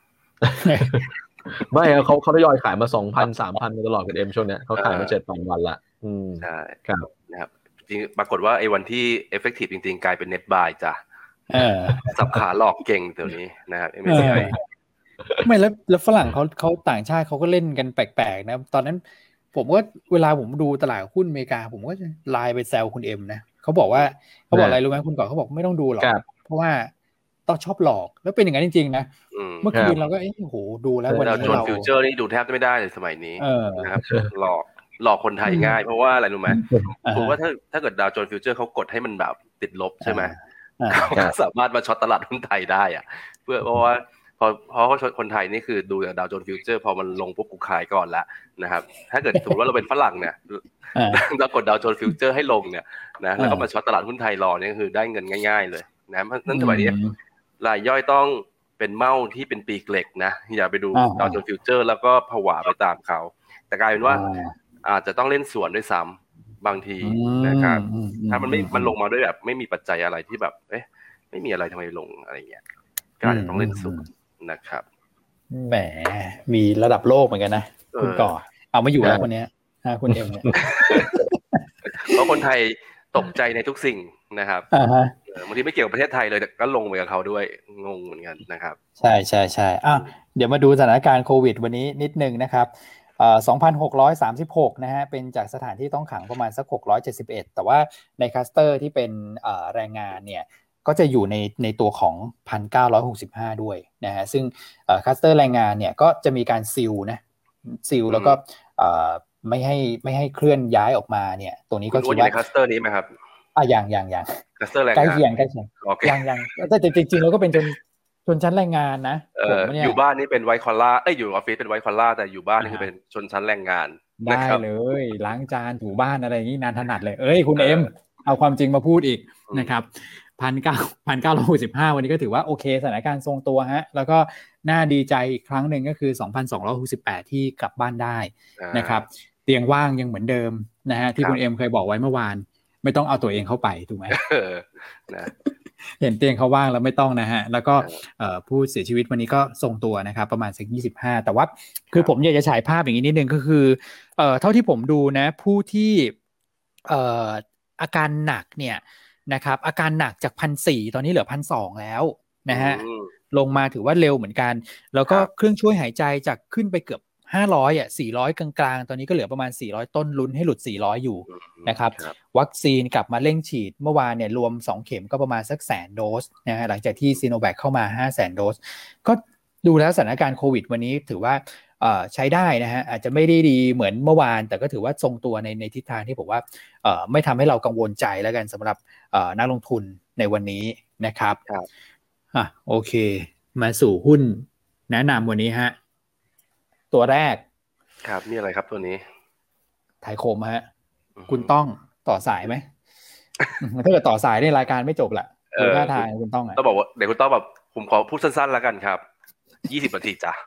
ไม่เขาเขาทยอยขายมา สองพัน สามพัน มาตลอดกันเอ็มช่วงเนี้ยเขาขายมา เจ็ดแปด วันละอืมใช่ครับนะครับจริงปรากฏว่าไอ้วันที่ effective จริงๆกลายเป็น net buy จ้ะเออสับขาหลอกเก่งเดี๋ยวนี้นะครับ เอ็ม เอ ซี ไอไม่แล้วแล้วฝรั่งเขาเขาต่างชาติเขาก็เล่นกันแปลกๆนะตอนนั้นผมก็เวลาผมดูตลาดหุ้นอเมริกาผมก็จะไลน์ไปแซวคุณเอ็มนะเขาบอกว่าเขาบอกอะไรรู้ไหมคุณก่อนเขาบอกไม่ต้องดูหรอกเพราะว่าต้องชอบหลอกแล้วเป็นอย่างนั้นจริงๆนะเมื่อคืนเราก็เอ๊ะโหดูแล้ววันนี้เราฟิวเจอร์นี่ดูแทบไม่ได้เลยสมัยนี้นะครับหลอกหลอกคนไทยง่ายเพราะว่าอะไรรู้ไหมผมว่าถ้าถ้าเกิดดาวโจนส์ฟิวเจอร์เขากดให้มันแบบติดลบใช่ไหมเขาสามารถมาช็อตตลาดหุ้นไทยได้อะเพื่อเพราะว่าพอเพราะคนไทยนี่คือดูจากดาวโจนส์ฟิวเจอร์พอมันลงปุ๊บกูขายก่อนละนะครับถ้าเกิดสมมติว่าเราเป็นฝรั่งเนี่ยเรากดดาวโจนส์ฟิวเจอร์ให้ลงเนี่ยนะแล้วก็มาช็อตตลาดหุ้นไทยรอเนี่ยคือได้เงินง่ายๆเลยนะนั่นสมัยนี้รายย่อยต้องเป็นเม้าที่เป็นปีกเหล็กนะอย่าไปดูดาวโจนส์ฟิวเจอร์แล้วก็ผวาไปตามเขาแต่กลายเป็นว่าอาจจะต้องเล่นสวนด้วยซ้ำบางทีนะครับถ้ามันไม่มันลงมาด้วยแบบไม่มีปัจจัยอะไรที่แบบเอ๊ะไม่มีอะไรทำไมลงอะไรเงี้ยก็อาจจะต้องเล่นสวนนะครับแหมมีระดับโลกเหมือนกันนะคุณก่อเอาไม่อยู่แล้วคนนี้คุณเอ็มเนี่ยเพราะคนไทยตกใจในทุกสิ่งนะครับบางทีไม่เกี่ยวกับประเทศไทยเลยแต่ก็ลงไปกับเขาด้วยงงเหมือนกันนะครับใช่ใช่ใช่อ่ะเดี๋ยวมาดูสถานการณ์โควิดวันนี้นิดนึงนะครับเอ่อ สองพันหกร้อยสามสิบหก นะฮะเป็นจากสถานที่ต้องขังประมาณสักหกร้อยเจ็ดสิบเอ็ดแต่ว่าในคลัสเตอร์ที่เป็นเอ่อแรงงานเนี่ยก็จะอยู่ในในตัวของ หนึ่งพันเก้าร้อยหกสิบห้า ด้วยนะฮะซึ่งเอ่อคลัสเตอร์แรงงานเนี่ยก็จะมีการซีลนะซีลแล้วก็เอ่อไม่ให้ไม่ให้เคลื่อนย้ายออกมาเนี่ยตัวนี้ก็ถือว่าในคลัสเตอร์นี้ไหมครับอ่ะอย่างอย่างอย่างคลัสเตอร์แรงงานใกล้เคียงใกล้เคียงอย่างอย่างแต่จริงๆเราก็เป็นจนชนชั้นแรงงานนะเอออยู่บ้านนี่เป็นไวท์คอลล่าเอ้ยอยู่ออฟฟิศเป็นไวท์คอลล่าแต่อยู่บ้านนี่คือเป็นชนชั้นแรงงานได้เลยล้างจานถูบ้านอะไรอย่างนี้นานถนัดเลยเอ้ยคุณเอ็มเอาความจริงมาพูดอีกนะครับพันเก้าพันเก้าร้อยหกสิบห้าวันนี้ก็ถือว่าโอเคสถานการณ์ทรงตัวฮะแล้วก็น่าดีใจอีกครั้งหนึ่งก็คือ สองพันสองร้อยหกสิบแปด ที่กลับบ้านได้นะครับเตียงว่างยังเหมือนเดิมนะฮะที่คุณเอ็มเคยบอกไว้เมื่อวานไม่ต้องเอาตัวเองเข้าไปถูกไหมนะเห็นเตียงเขาว่างแล้วไม่ต้องนะฮะแล้วก็ผู้เสียชีวิตวันนี้ก็ทรงตัวนะครับประมาณสักยี่สิบห้าแต่ว่าคือผมอยากจะฉายภาพอย่างนี้นิดนึงก็คือเอ่อเท่าที่ผมดูนะผู้ที่เอ่ออาการหนักเนี่ยนะครับอาการหนักจาก หนึ่งพันสี่ร้อย ตอนนี้เหลือ หนึ่งพันสองร้อย แล้วนะฮะลงมาถือว่าเร็วเหมือนกันแล้วก็เครื่องช่วยหายใจจากขึ้นไปเกือบห้าร้อยอ่ะสี่ร้อยกลางๆตอนนี้ก็เหลือประมาณสี่ร้อยต้นลุ้นให้หลุดสี่ร้อยอยู่นะครับวัคซีนกลับมาเร่งฉีดเมื่อวานเนี่ยรวมสองเข็มก็ประมาณสักแสนโดสนะฮะหลังจากที่ซีโนแวคเข้ามา ห้าแสนโดสก็ดูแล้วสถานการณ์โควิดวันนี้ถือว่าเอ่อใช้ได้นะฮะอาจจะไม่ได้ดีเหมือนเมื่อวานแต่ก็ถือว่าทรงตัวในในทิศทางที่ผมว่าเอ่อไม่ทำให้เรากังวลใจแล้วกันสำหรับเอ่อนักลงทุนในวันนี้นะครับอ่ะโอเคมาสู่หุ้นแนะนำวันนี้ฮะตัวแรกครับนี่อะไรครับตัวนี้ไทยคมฮะคุณต้องต่อสายไหมถ้าเกิดต่อสายในรายการไม่จบแหละดูท่าทางคุณต้องอ่ะต้องบอกว่าเดี๋ยวคุณต้องแบบผมขอพูดสั้นๆแล้วกันครับยี่สิบนาทีจ้ะ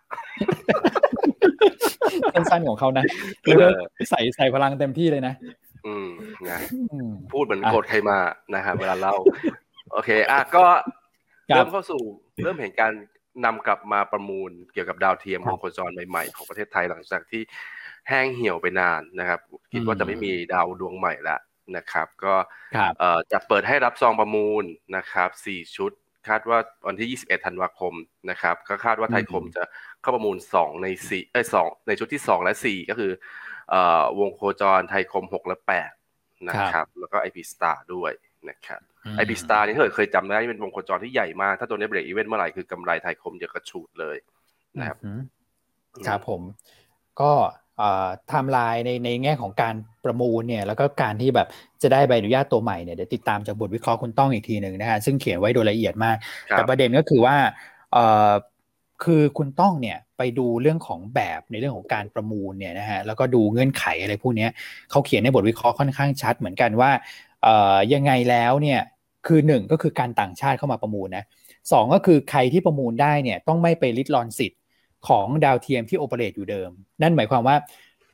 สั้นๆของเขานะใส่ใส่พลังเต็มที่เลยนะอืมนะพูดเหมือนโกรธใครมานะครับเวลาเล่าโอเคอ่ะก็เริ่มเข้าสู่เริ่มเห็นการนำกลับมาประมูลเกี่ยวกับดาวเทียมวงโคจรใหม่ๆของประเทศไทยหลังจากที่แห้งเหี่ยวไปนานนะครับคิดว่าจะไม่มีดาวดวงใหม่ละนะครับก็จะเปิดให้รับซองประมูลนะครับสี่ชุดคาดว่าวันที่ยี่สิบเอ็ดธันวาคมนะครับก็คาดว่าไทยคมจะเข้าประมูลสองในสี่เอ้ยสองในชุดที่สองและสี่ก็คือวงโคจรไทยคมหกและแปดนะครับแล้วก็ ไอ พี Star ด้วยนะครับไอ พี Star นี่ถ้าเกิดเคยจำได้เป็นวงโคจรที่ใหญ่มากถ้าตัวนี้เบรกอีเวนต์เมื่อไหร่คือกำไรไทยคมจะกระฉูดเลยนะครับครับผมก็ไทม์ไลน์ในในแง่ของการประมูลเนี่ยแล้วก็การที่แบบจะได้ใบอนุญาตตัวใหม่เนี่ยเดี๋ยวติดตามจากบทวิเคราะห์คุณต้องอีกทีหนึ่งนะฮะซึ่งเขียนไว้โดยละเอียดมากแต่ประเด็นก็คือว่าคือคุณต้องเนี่ยไปดูเรื่องของแบบในเรื่องของการประมูลเนี่ยนะฮะแล้วก็ดูเงื่อนไขอะไรพวกนี้เขาเขียนในบทวิเคราะห์ค่อนข้างชัดเหมือนกันว่ายังไงแล้วเนี่ยคือหนึ่งก็คือการต่างชาติเข้ามาประมูลนะสองก็คือใครที่ประมูลได้เนี่ยต้องไม่ไปริดรอนสิทธิ์ของดาวเทียมที่โอเปเรตอยู่เดิมนั่นหมายความว่า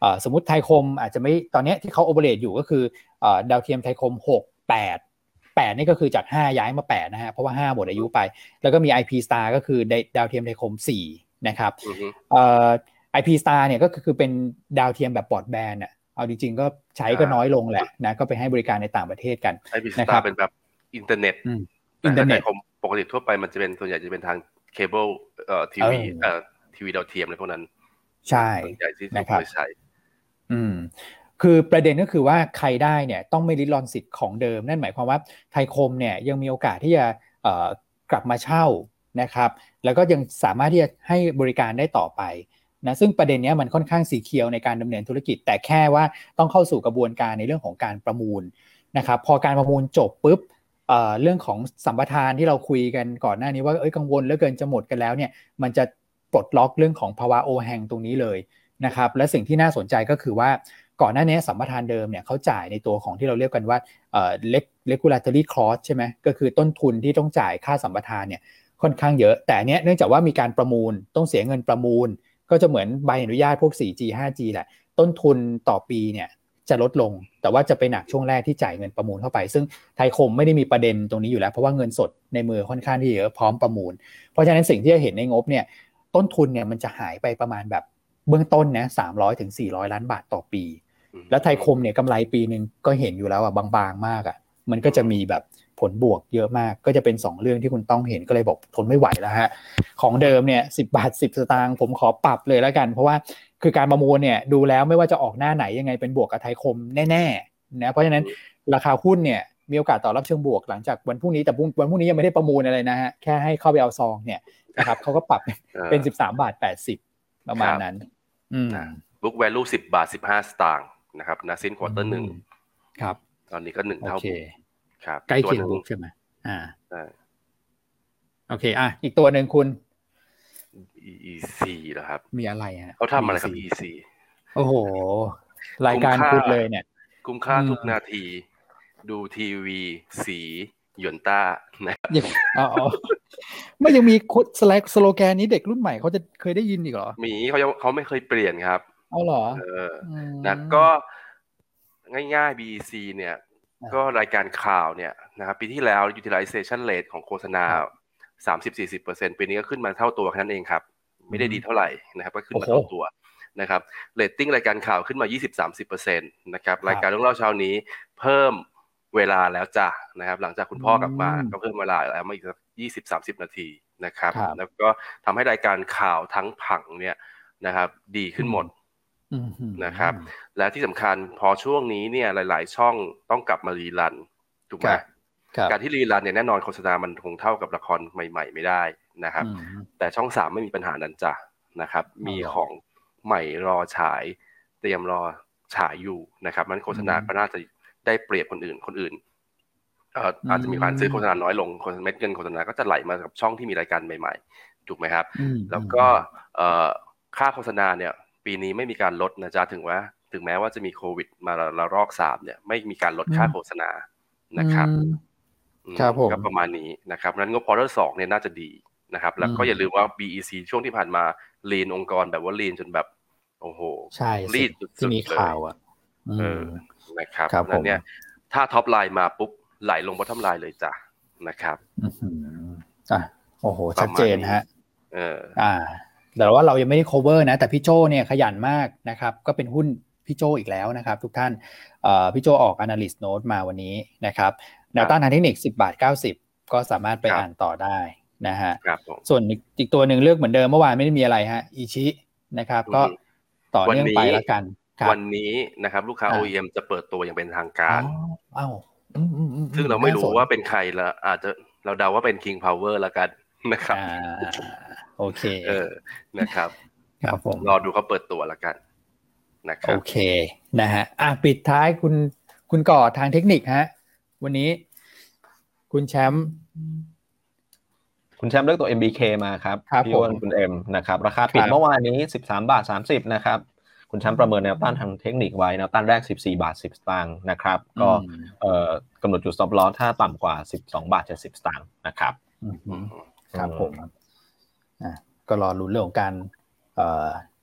สมมุติไทยคมอาจจะไม่ตอนนี้ที่เขาโอเปเรตอยู่ก็คือดาวเทียมไทยคมหก แปด แปดนี่ก็คือจากห้าย้ายมาแปดนะฮะเพราะว่าห้าหมดอายุไปแล้วก็มี ไอ พี Star ก็คือดาวเทียมไทยคมสี่นะครับเอ่อ ไอ พี Star เนี่ยก็คือเป็นดาวเทียมแบบบรอดแบนด์อ่ะเอาจริงๆก็ใช้ก็น้อยลงแหละนะก็ไปให้บริการในต่างประเทศกันไอ พี Star เป็นแบบอินเทอร์เน็ตอินเทอร์เน็ตปกติทั่วไปมันจะเป็นส่วนใหญ่จะเป็นทางเคเบิลเอ่อทีวีเอ่อทีวีดาวเทียมอะไรพวกนั้นใช่ส่วนใหญ่ที่ถูกใช้อืมคือประเด็นก็คือว่าใครได้เนี่ยต้องไม่ริดรอนสิทธิ์ของเดิมนั่นหมายความว่าไทยคมเนี่ยยังมีโอกาสที่จะเอ่อกลับมาเช่านะครับแล้วก็ยังสามารถที่จะให้บริการได้ต่อไปนะซึ่งประเด็นนี้มันค่อนข้างสีเขียวในการดำเนินธุรกิจแต่แค่ว่าต้องเข้าสู่กระบวนการในเรื่องของการประมูลนะครับพอการประมูลจบปุ๊บเอ่อเรื่องของสัมปทานที่เราคุยกันก่อนหน้านี้ว่าเอ้ยกังวลเหลือเกินจะหมดกันแล้วเนี่ยมันจะปลดล็อกเรื่องของภาวะโอแฮงตรงนี้เลยนะครับและสิ่งที่น่าสนใจก็คือว่าก่อนหน้านี้สัมปทานเดิมเนี่ยเขาจ่ายในตัวของที่เราเรียกกันว่าเอ่อ regulatory cost ใช่ไหมก็คือต้นทุนที่ต้องจ่ายค่าสัมปทานเนี่ยค่อนข้างเยอะแต่เนี้ยเนื่องจากว่ามีการประมูลต้องเสียเงินประมูลก็จะเหมือนใบอนุญาตพวก โฟร์จี ไฟว์จี แหละต้นทุนต่อปีเนี่ยจะลดลงแต่ว่าจะไปหนักช่วงแรกที่จ่ายเงินประมูลเข้าไปซึ่งไทยคมไม่ได้มีประเด็นตรงนี้อยู่แล้วเพราะว่าเงินสดในมือค่อนข้างที่เยอะพร้อมประมูลเพราะฉะนั้นสิ่งที่จะเห็นในงบเนี่ยต้นทุนเนี่ยมันจะหายไปประมาณแบบเบื้องต้นนะสามร้อยถึงสี่ร้อยล้านบาทต่อปีแล้วไทยคมเนี่ยกำไรปีนึงก็เห็นอยู่แล้วอ่ะบางๆมากอ่ะมันก็จะมีแบบผลบวกเยอะมากก็จะเป็นสองเรื่องที่คุณต้องเห็นก็เลยบอกทนไม่ไหวแล้วฮะของเดิมเนี่ยสิบบาทสิบสตางค์ผมขอปรับเลยแล้วกันเพราะว่าคือการประมูลเนี่ยดูแล้วไม่ว่าจะออกหน้าไหนยังไงเป็นบวกกับไทยคมแน่ๆนะเพราะฉะนั้นราคาหุ้นเนี่ยมีโอกาสตอบรับเชิงบวกหลังจากวันพรุ่งนี้แต่วันพรุ่งนี้ยังไม่ได้ประมูลอะไรนะฮะแค่ให้เข้าไปเอาซองเนี่ยนะครับเขาก็ปรับเป็นสิบสามบาทแปดสิบประมาณนั้นอืมบุ๊กแวลูสิบบาทสิบห้าสตางค์นะครับนะซินควอเตอร์หนึ่งครับตอนนี้ก็หนึ่งเท่าบุ๊กครับใกล้เคียงบุ๊กใช่ไหมอ่าโอเคอ่ะอีกตัวหนึ่งคุณอี อี ซี เหรอครับมีอะไรฮะเขาทำอะไรกับ อี ซีโอ้โหรายการคุณเลยเนี่ยคุ้มค่าทุกนาทีดูทีวีสีหยวนต้านะครับอ๋อไม่ยังมีสแลกสโลแกนนี้เด็กรุ่นใหม่เขาจะเคยได้ยินอีกเหรอมีเขาเขาไม่เคยเปลี่ยนครับอ๋อเหรอเออนะก็ง่ายๆ บี อี ซี เนี่ยก็รายการข่าวเนี่ยนะครับปีที่แล้ว utilization rate ของโฆษณา สามสิบถึงสี่สิบเปอร์เซ็นต์ ปีนี้ก็ขึ้นมาเท่าตัวแค่นั้นเองครับไม่ได้ดีเท่าไหร่นะครับก็ขึ้นมาเท่าตัวนะครับเรตติ้งรายการข่าวขึ้นมา ยี่สิบถึงสามสิบเปอร์เซ็นต์ นะครับรายการเรื่องเล่าเช้านี้เพิ่มเวลาแล้วจ้ะนะครับหลังจากคุณพ่อกลับมาก็เพิ่มเวลาแล้วมาอีกสัก ยี่สิบถึงสามสิบ นาทีนะครับแล้วก็ทำให้รายการข่าวทั้งผังเนี่ยนะครับดีขึ้นหมดนะครับและที่สำคัญพอช่วงนี้เนี่ยหลายๆช่องต้องกลับมารีรันถูกไหมการที่รีรันเนี่ยแน่นอนโฆษณามันคงเท่ากับละครใหม่ๆไม่ได้นะครับแต่ช่องสามไม่มีปัญหานั้นจ้ะนะครับมีของใหม่รอฉายเตรียมรอฉายอยู่นะครับมันโฆษณาก็น่าจะได้เปรียบคนอื่นคนอื่นเอ่ออาจจะมีการซื้อโฆษณาน้อยลงเม็ดเงินโฆษณาก็จะไหลมากับช่องที่มีรายการใหม่ๆถูกไหมครับแล้วก็เอ่อค่าโฆษณาเนี่ยปีนี้ไม่มีการลดนะจ๊ะถึงว่าถึงแม้ว่าจะมีโควิดมาระลอกสามเนี่ยไม่มีการลดค่าโฆษณานะครับก็ประมาณนี้นะครับนั้นงบควอเตอร์สองเนี่ยน่าจะดีนะครับแล้วก็อย่าลืมว่า บี อี ซี ช่วงที่ผ่านมาลีนองค์กรแบบว่าลีนจนแบบโอ้โหรีดสุดๆมีข่าวอ่ะเออนะครับนั่นเนี่ยถ้าท็อปไลน์มาปุ๊บไหลลงบอททอมไลน์เลยจ้ะนะครับอ่ะโอ้โหชัดเจนฮะเอออ่าแต่ว่าเรายังไม่ได้ cover นะแต่พี่โจเนี่ยขยันมากนะครับก็เป็นหุ้นพี่โจอีกแล้วนะครับทุกท่านเอ่อพี่โจออก analyst note มาวันนี้นะครับแนวต้านทางเทคนิคสิบบาทเก้าสิบก็สามารถไปอ่านต่อได้นะฮะส่วนอีกตัวหนึ่งเลือกเหมือนเดิมเมื่อวานไม่ได้มีอะไรฮะอิชินะครับก็ต่อเนื่องไปแล้วกันวันนี้นะครับลูกค้า โอ อี เอ็ม จะเปิดตัวอย่างเป็นทางการอ้าวซึ่งเราไม่รู้ว่าเป็นใครละอาจจะเราเดาว่าเป็น King Power แล้วกันนะครับโอเคเออนะครับครับผมรอดูเขาเปิดตัวแล้วกันนะครับโอเคนะฮะอ่ะปิดท้ายคุณคุณก่อทางเทคนิคฮะวันนี้คุณแชมป์คุณแชมป์เลือกตัว เอ็ม บี เค มาครับพี่อ้วนคุณเอ็มนะครับราคาปิดเมื่อวานนี้สิบสามบาทสามสิบนะครับคุณแชมป์ประเมินแนวต้านทางเทคนิคไว้แนวต้านแรกสิบสี่บาทสิบสตางค์นะครับก็เอ่อกำหนดจุด stop loss ถ้าต่ำกว่าสิบสองบาทเจ็ดสิบสตางค์นะครับครับผมอ่ะก็รอลุ้นเรื่องของการเอ่อ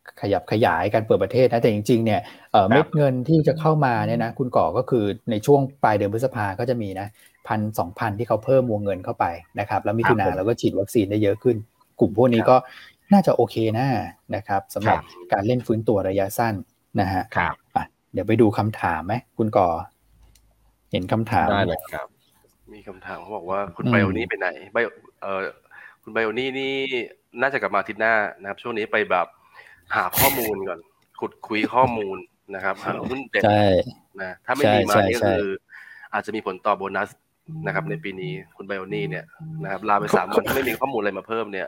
ขยับขยายการเปิดประเทศนะแต่จริงๆเนี่ยเอ่อเม็ดเงินที่จะเข้ามาเนี่ยนะคุณก่อก็คือในช่วงปลายเดือนพฤษภาก็จะมีนะพันสองพันที่เขาเพิ่มวงเงินเข้าไปนะครับแล้วมิถุนาเราก็ฉีดวัคซีนได้เยอะขึ้นกลุ่มพวกนี้ก็น่าจะโอเคนะนะครับสำหรับการเล่นฟื้นตัวระยะสั้นนะฮะเดี๋ยวไปดูคำถามไหมคุณก่อเห็นคำถามได้เลยครับมีคำถามเขาบอกว่าคุณไบโอนี่ไปไหนไบเอ่อคุณไบโอนี่นี่น่าจะกลับมาอาทิตย์หน้านะครับช่วงนี้ไปแบบหาข้อมูลก่อนขุดคุยข้อมูลนะครับหาหุ้นเด็ดนะถ้าไม่ดีมานี่ก็คืออาจจะมีผลต่อโบนัสนะครับในปีนี้คุณไบโอนี่เนี่ยนะครับลาไปสามวันถ้าไม่มีข้อมูลอะไรมาเพิ่มเนี่ย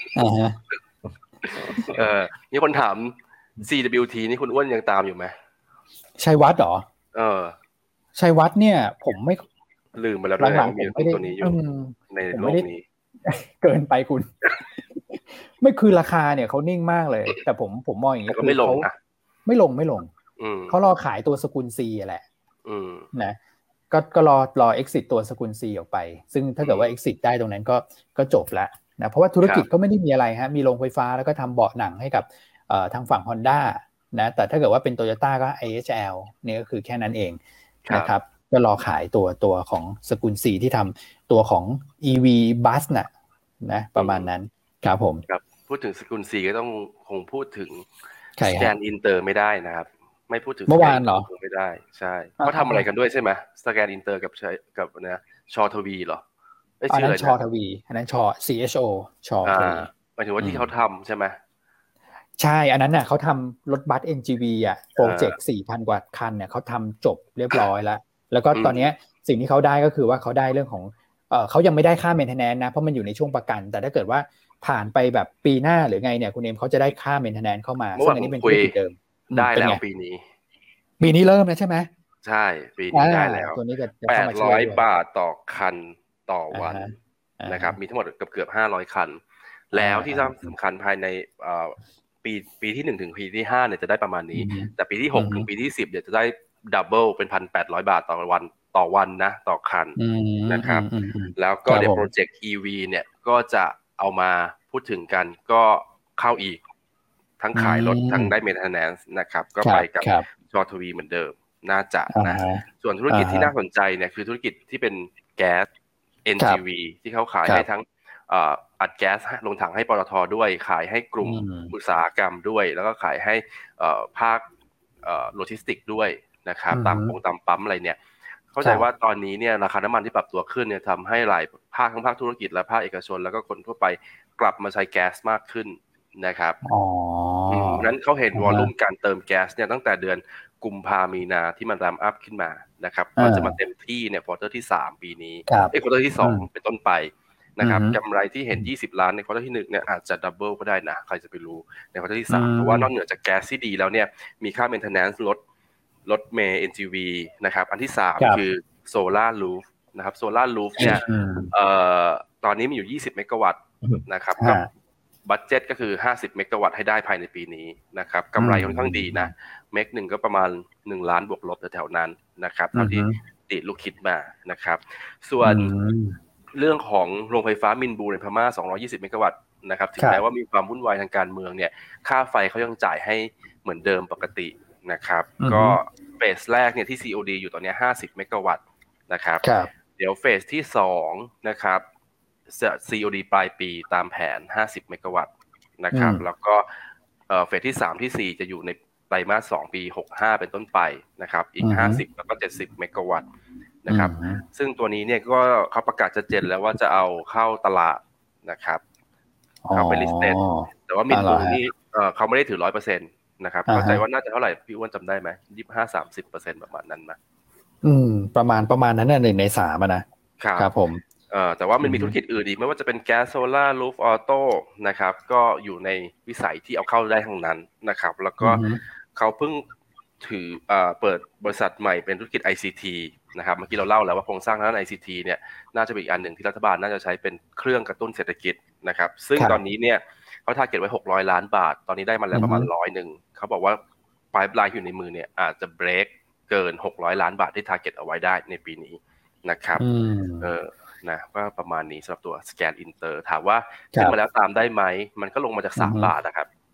เออมีคนถาม ซี ดับเบิลยู ที นี่คุณอ้วนยังตามอยู่ไหมชัยวัฒน์เหรอเออชัยวัฒน์เนี่ยผมไม่ลืมไปแล้วด้วยว่ามีตัวนี้อยู่ในโลกนี้เกินไปคุณไม่คือราคาเนี่ยเขานิ่งมากเลยแต่ผมผมมองอย่างนี้คือเขาไม่ลงไม่ลงเขารอขายตัวสกุล C แหละนะก็ก็รอรอ exit ตัวสกุล C ออกไปซึ่งถ้าเกิดว่า exit ได้ตรงนั้นก็ก็จบแล้วนะเพราะว่าธุรกิจก็ไม่ได้มีอะไรฮะมีโรงไฟฟ้าแล้วก็ทำเบาะหนังให้กับเอ่อทางฝั่ง Honda นะแต่ถ้าเกิดว่าเป็น Toyota ก็ ไอ เอช แอล เนี่ยก็คือแค่นั้นเองนะครับก็รอขายตัวตัวของสกุล C ที่ทำตัวของ อี วี Bus น่ะนะประมาณนั้นครับผมครับพูดถึงสกุล C ก็ต้องคงพูดถึง Scan Inter ไม่ได้นะครับไม่พูดถึงเมื่อวานเหรอไม่ได้ใช่เขาทำอะไรกันด้วยใช่ไหม Scan Inter กับกับนะชอทวีเหรออันนั้นชอทวีอันนั้นชอ ซี เอช โอ ชอทวีหมายถึงว่าที่เขาทำใช่ไหมใช่อันนั้นน่ะเขาทำรถบัส เอ็น จี วี อ่ะโปรเจกต์ สี่พัน กว่าคันเนี่ยเขาทำจบเรียบร้อยแล้วแล้วก็ตอนนี้สิ่งที่เขาได้ก็คือว่าเขาได้เรื่องของเอ่อเขายังไม่ได้ค่า maintenance นะเพราะมันอยู่ในช่วงประกันแต่ถ้าเกิดว่าผ่านไปแบบปีหน้าหรือไงเนี่ยคุณเอมเขาจะได้ค่า maintenance เข้ามาซึ่งอันนี้เป็นธุรกิจเดิมได้แล้วปีนี้ปีนี้เริ่มแล้วใช่ไหมใช่ปีนี้ได้แล้วตัวนี้จะแปดร้อยบาทต่อคันต่อวันนะครับมีทั้งหมดเกือบเกือบห้าร้อยคันแล้วที่สำคัญภายในปีปีที่หนึ่งถึงปีที่ห้าเนี่ยจะได้ประมาณนี้แต่ปีที่หกถึงปีที่สิบเนี่ยจะได้ดับเบิลเป็น หนึ่งพันแปดร้อย บาทต่อวันต่อวันนะต่อคันนะครับแล้วก็ในโปรเจกต์ อี วี เนี่ยก็จะเอามาพูดถึงกันก็เข้าอีกทั้งขายรถทั้งได้ maintenance นะครับก็ไปกับชอทวีเหมือนเดิมน่าจะนะส่วนธุรกิจที่น่าสนใจเนี่ยคือธุรกิจที่เป็นแก๊ส เอ็น จี วี ที่เขาขายให้ทั้งอัดแก๊สลงถังให้ปตท.ด้วยขายให้กลุ่มอุตสาหกรรมด้วยแล้วก็ขายให้ภาคโลจิสติกด้วยนะครับตามโรงตามปั๊มอะไรเนี่ยเข้าใจว่าตอนนี้เนี่ยราคาน้ำมันที่ปรับตัวขึ้นเนี่ยทำให้หลายภาคทั้งภาคธุรกิจและภาคเอกชนแล้วก็คนทั่วไปกลับมาใช้แก๊สมากขึ้นนะครับอ๋อนั้นเขาเห็นวอลลุ่มการเติมแก๊สเนี่ยตั้งแต่เดือนกุมภามีนาที่มันแรมอัพขึ้นมานะครับก็จะมาเต็มที่เนี่ยควอเตอร์ที่สามปีนี้เอ้ยควอเตอร์ที่สองเป็นต้นไปนะครับกำไรที่เห็นยี่สิบล้านในควอเตอร์ที่หนึ่งเนี่ยอาจจะดับเบิลก็ได้นะใครจะไปรู้ในควอเตอร์ที่สามเพราะว่านอกเหนือจากแก๊สที่ดีแล้วเนี่ยมีค่า maintenance ลดรถเมล์ เอ็น จี วี นะครับอันที่สามคือโซล่ารูฟนะครับโซล่ารูฟเนี่ยเอ่อตอนนี้มีอยู่ยี่สิบเมกะวัตต์นะครับก็บัดเจ็ตก็คือห้าสิบเมกะวัตต์ให้ได้ภายในปีนี้นะครับกำไรค่อนข้างดีนะเมกหนึ่งก็ประมาณหนึ่งล้านบวกลบแถวๆนั้นนะครับเท่าที่ติดลูกคิดมานะครับส่วนเรื่องของโรงไฟฟ้ามินบูในพม่าสองร้อยยี่สิบเมกะวัตต์นะครับถึงแม้ว่ามีความวุ่นวายทางการเมืองเนี่ยค่าไฟเขายังจ่ายให้เหมือนเดิมปกตินะครับก็เฟสแรกเนี่ยที่ ซี โอ ดี อยู่ตอนนี้ห้าสิบเมกะวัตต์นะครับเดี๋ยวเฟสที่สองนะครับ ซี โอ ดี ปลายปีตามแผนห้าสิบเมกะวัตต์นะครับแล้วก็เอ่อเฟสที่สามที่สี่จะอยู่ในไตรมาสสองปีหกสิบห้าเป็นต้นไปนะครับอีกห้าสิบแล้วก็เจ็ดสิบเมกะวัตต์นะครับซึ่งตัวนี้เนี่ยก็เขาประกาศชัดเจนแล้วว่าจะเอาเข้าตลาดนะครับเข้าไปลิสต์เต็ดแต่ว่ามินบูนี่เอ่อเขาไม่ได้ถือ ร้อยเปอร์เซ็นต์ นะครับเข้าใจว่าน่าจะเท่าไหร่พี่อ้วนจำได้ไหม ยี่สิบห้า สามสิบเปอร์เซ็นต์ ประมาณนั้นมั้ยอืมประมาณประมาณนั้นน่ะหนึ่งในสามอ่ะนะครับครับผมเอ่อแต่ว่ามันมีธุรกิจอื่นอีกไม่ว่าจะเป็นแก๊สโซล่ารูฟออโต้นะครับก็อยู่ในวิสัยที่เอาเข้าได้ทั้งนั้นนะครับแล้วก็เขาเพิ่งถือเอ่อเปิดบริษัทใหม่เป็นธุรกิจ ไอ ซี ที นะครับเมื่อกี้เราเล่าแล้วว่าโครงสร้างทางด้าน ไอ ซี ที เนี่ยน่าจะเป็นอีกอันหนึ่งที่รัฐบาลน่าจะใช้เป็นเครื่องกระตุ้นเศรษฐกิจนะครับซึ่งตอนนี้เนี่ยเขาทาร์เก็ตไว้หกร้อยล้านบาทตอนนี้ได้มาแล้วประมาณร้อยนึงเขาบอกว่าไพป์ไลน์อยู่ในมือเนี่ยอาจจะเบรกเกินหกร้อยล้านบาทที่ทาร์เก็ตเอาไว้ได้ในปีนี้นะครับเออนะก็ประมาณนี้สำหรับตัว Scan Inter ถามว่าขึ้นมาแล้วตามได้ไหมมันก็ลงมาจากสามบาทนะครับ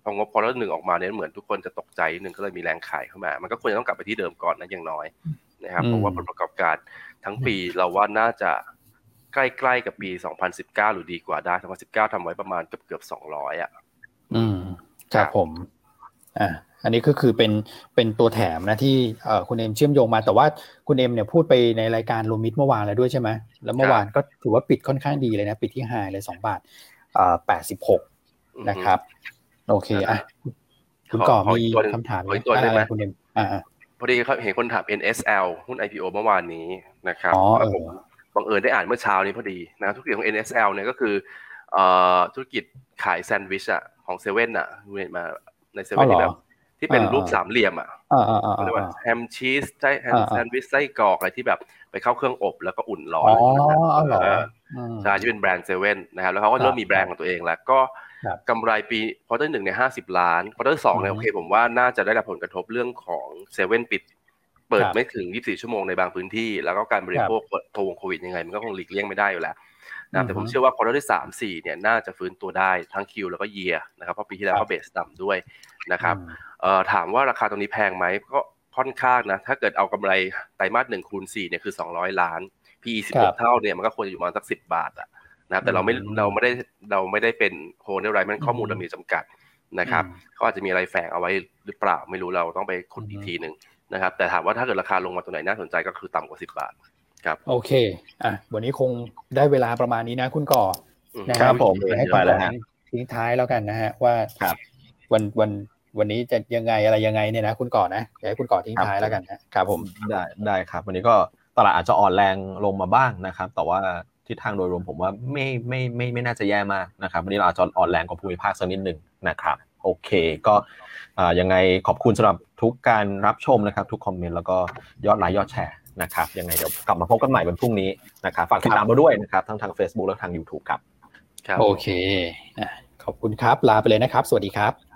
พองบควอเตอร์หนึ่งออกมาเนี่ยเหมือนทุกคนจะตกใจนิดนึงก็เลยมีแรงขายเข้ามามันก็ควรจะต้องกลับไปที่เดิมก่อนนะอย่างน้อยนะครับเพราะว่าผลประกอบการทั้งปีเราว่าน่าจะใกล้ๆกับปีสองพันสิบเก้าหรือดีกว่าได้สองพันสิบเก้าทำไว้ประมาณเกือบๆสองร้อยอ่ะอืมครับผมอ่าอันนี้ก็คือเป็นเป็นตัวแถมนะที่เอ่อคุณเอ็มเชื่อมโยงมาแต่ว่าคุณเอ็มเนี่ยพูดไปในรายการโลมิดเมื่อวานแล้วด้วยใช่ไหมแล้วเมื่อวานก็ถือว่าปิดค่อนข้างดีเลยนะปิดที่ไฮเลยสองบาทเอ่อแปดสิบหกนะครับโอเคอ่ะคุณก่อมีคำถามไหมอะไรคุณเอ็มอ่าพอดีเขาเห็นคนถาม เอ็น เอส แอล หุ้น ไอ พี โอ เมื่อวานนี้นะครับแล้วผมบังเอิญได้อ่านเมื่อเช้านี้พอดีนะธุรกิจของ เอ็น เอส แอล เนี่ยก็คือเอ่อธุรกิจขายแซนด์วิชอ่ะของเซเว่นอ่ะเห็นมาในเซเว่นที่แบบที่เป็นรูปสามเหลี่ยมอ่ะเรียกว่าแฮมชีสไส้แฮมแซนด์วิชไส้กรอกอะไรที่แบบไปเข้าเครื่องอบแล้วก็อุ่นร้อนใช่ที่เป็นแบรนด์เซเว่นนะครับแล้วเขาก็เริ่มมีแบรนด์ของตัวเองแล้วก็กำไรปีควอเตอร์หนึ่งเนี่ยห้าสิบล้านควอเตอร์สองเนี่ยโอเคผมว่าน่าจะได้รับผลกระทบเรื่องของเซเว่นปิดเปิดไม่ถึงยี่สิบสี่ชั่วโมงในบางพื้นที่แล้วก็การบริโภคโควงโควิดยังไงมันก็คงหลีกเลี่ยงไม่ได้อยู่แล้วนะแต่ผมเชื่อว่าควอเตอร์ที่สาม สี่เนี่ยน่าจะฟื้นตัวได้ทั้งคิวแล้วก็เยียร์นะครับเพราะปีที่แล้วก็เบสต่ำด้วยนะครับเอ่อถามว่าราคาตรงนี้แพงไหมก็ค่อนข้างนะถ้าเกิดเอากำไรไตรมาสหนึ่งคูณสี่เนี่ยคือสองร้อยล้าน พี อี สิบหกเท่าเนี่ยมันก็ควรจะอยู่ประมาณสักสิบบาทอ่ะนะครับแต่เราไม่เราไม่ได้เราไม่ได้เป็นโฮลเดอร์ไรมันข้อมูลเรามีจำกัดนะครับเขาอาจจะมีอะไรแฝงเอาไว้หรือเปล่าไม่รู้เราต้องไปขุดอีกทีนึงนะครับแต่ถามว่าถ้าเกิดราคาลงมาตรงไหนน่าสนใจก็คือต่ำกว่าสิบบาทครับโอเคอ่ะวันนี้คงได้เวลาประมาณนี้นะคุณก่อนะครับผมให้ไปแล้วทิ้งท้ายแล้วกันนะฮะว่าวันวันวันนี้จะยังไงอะไรยังไงเนี่ยนะคุณก่อนะอยากให้คุณก่อทิ้งท้ายแล้วกันนะครับผมได้ได้ครับวันนี้ก็ตลาดอาจจะอ่อนแรงลงมาบ้างนะครับแต่ว่าทิศทางโดยรวมผมว่าไม่ไม่ไม่ไม่น่าจะแย่มากนะครับวันนี้เราอาจจะอ่อนแรงกว่าภูมิภาคสักนิดนึงนะครับโอเคก็ยังไงขอบคุณสำหรับทุกการรับชมนะครับทุกคอมเมนต์แล้วก็ยอดไลค์ยอดแชร์นะครับยังไงเดี๋ยวกลับมาพบกันใหม่วันพรุ่งนี้นะครับฝากติดตามเราด้วยนะครับทั้งทาง Facebook และทาง YouTube ครับโอเคขอบคุณครับลาไปเลยนะครับสวัสดีครับ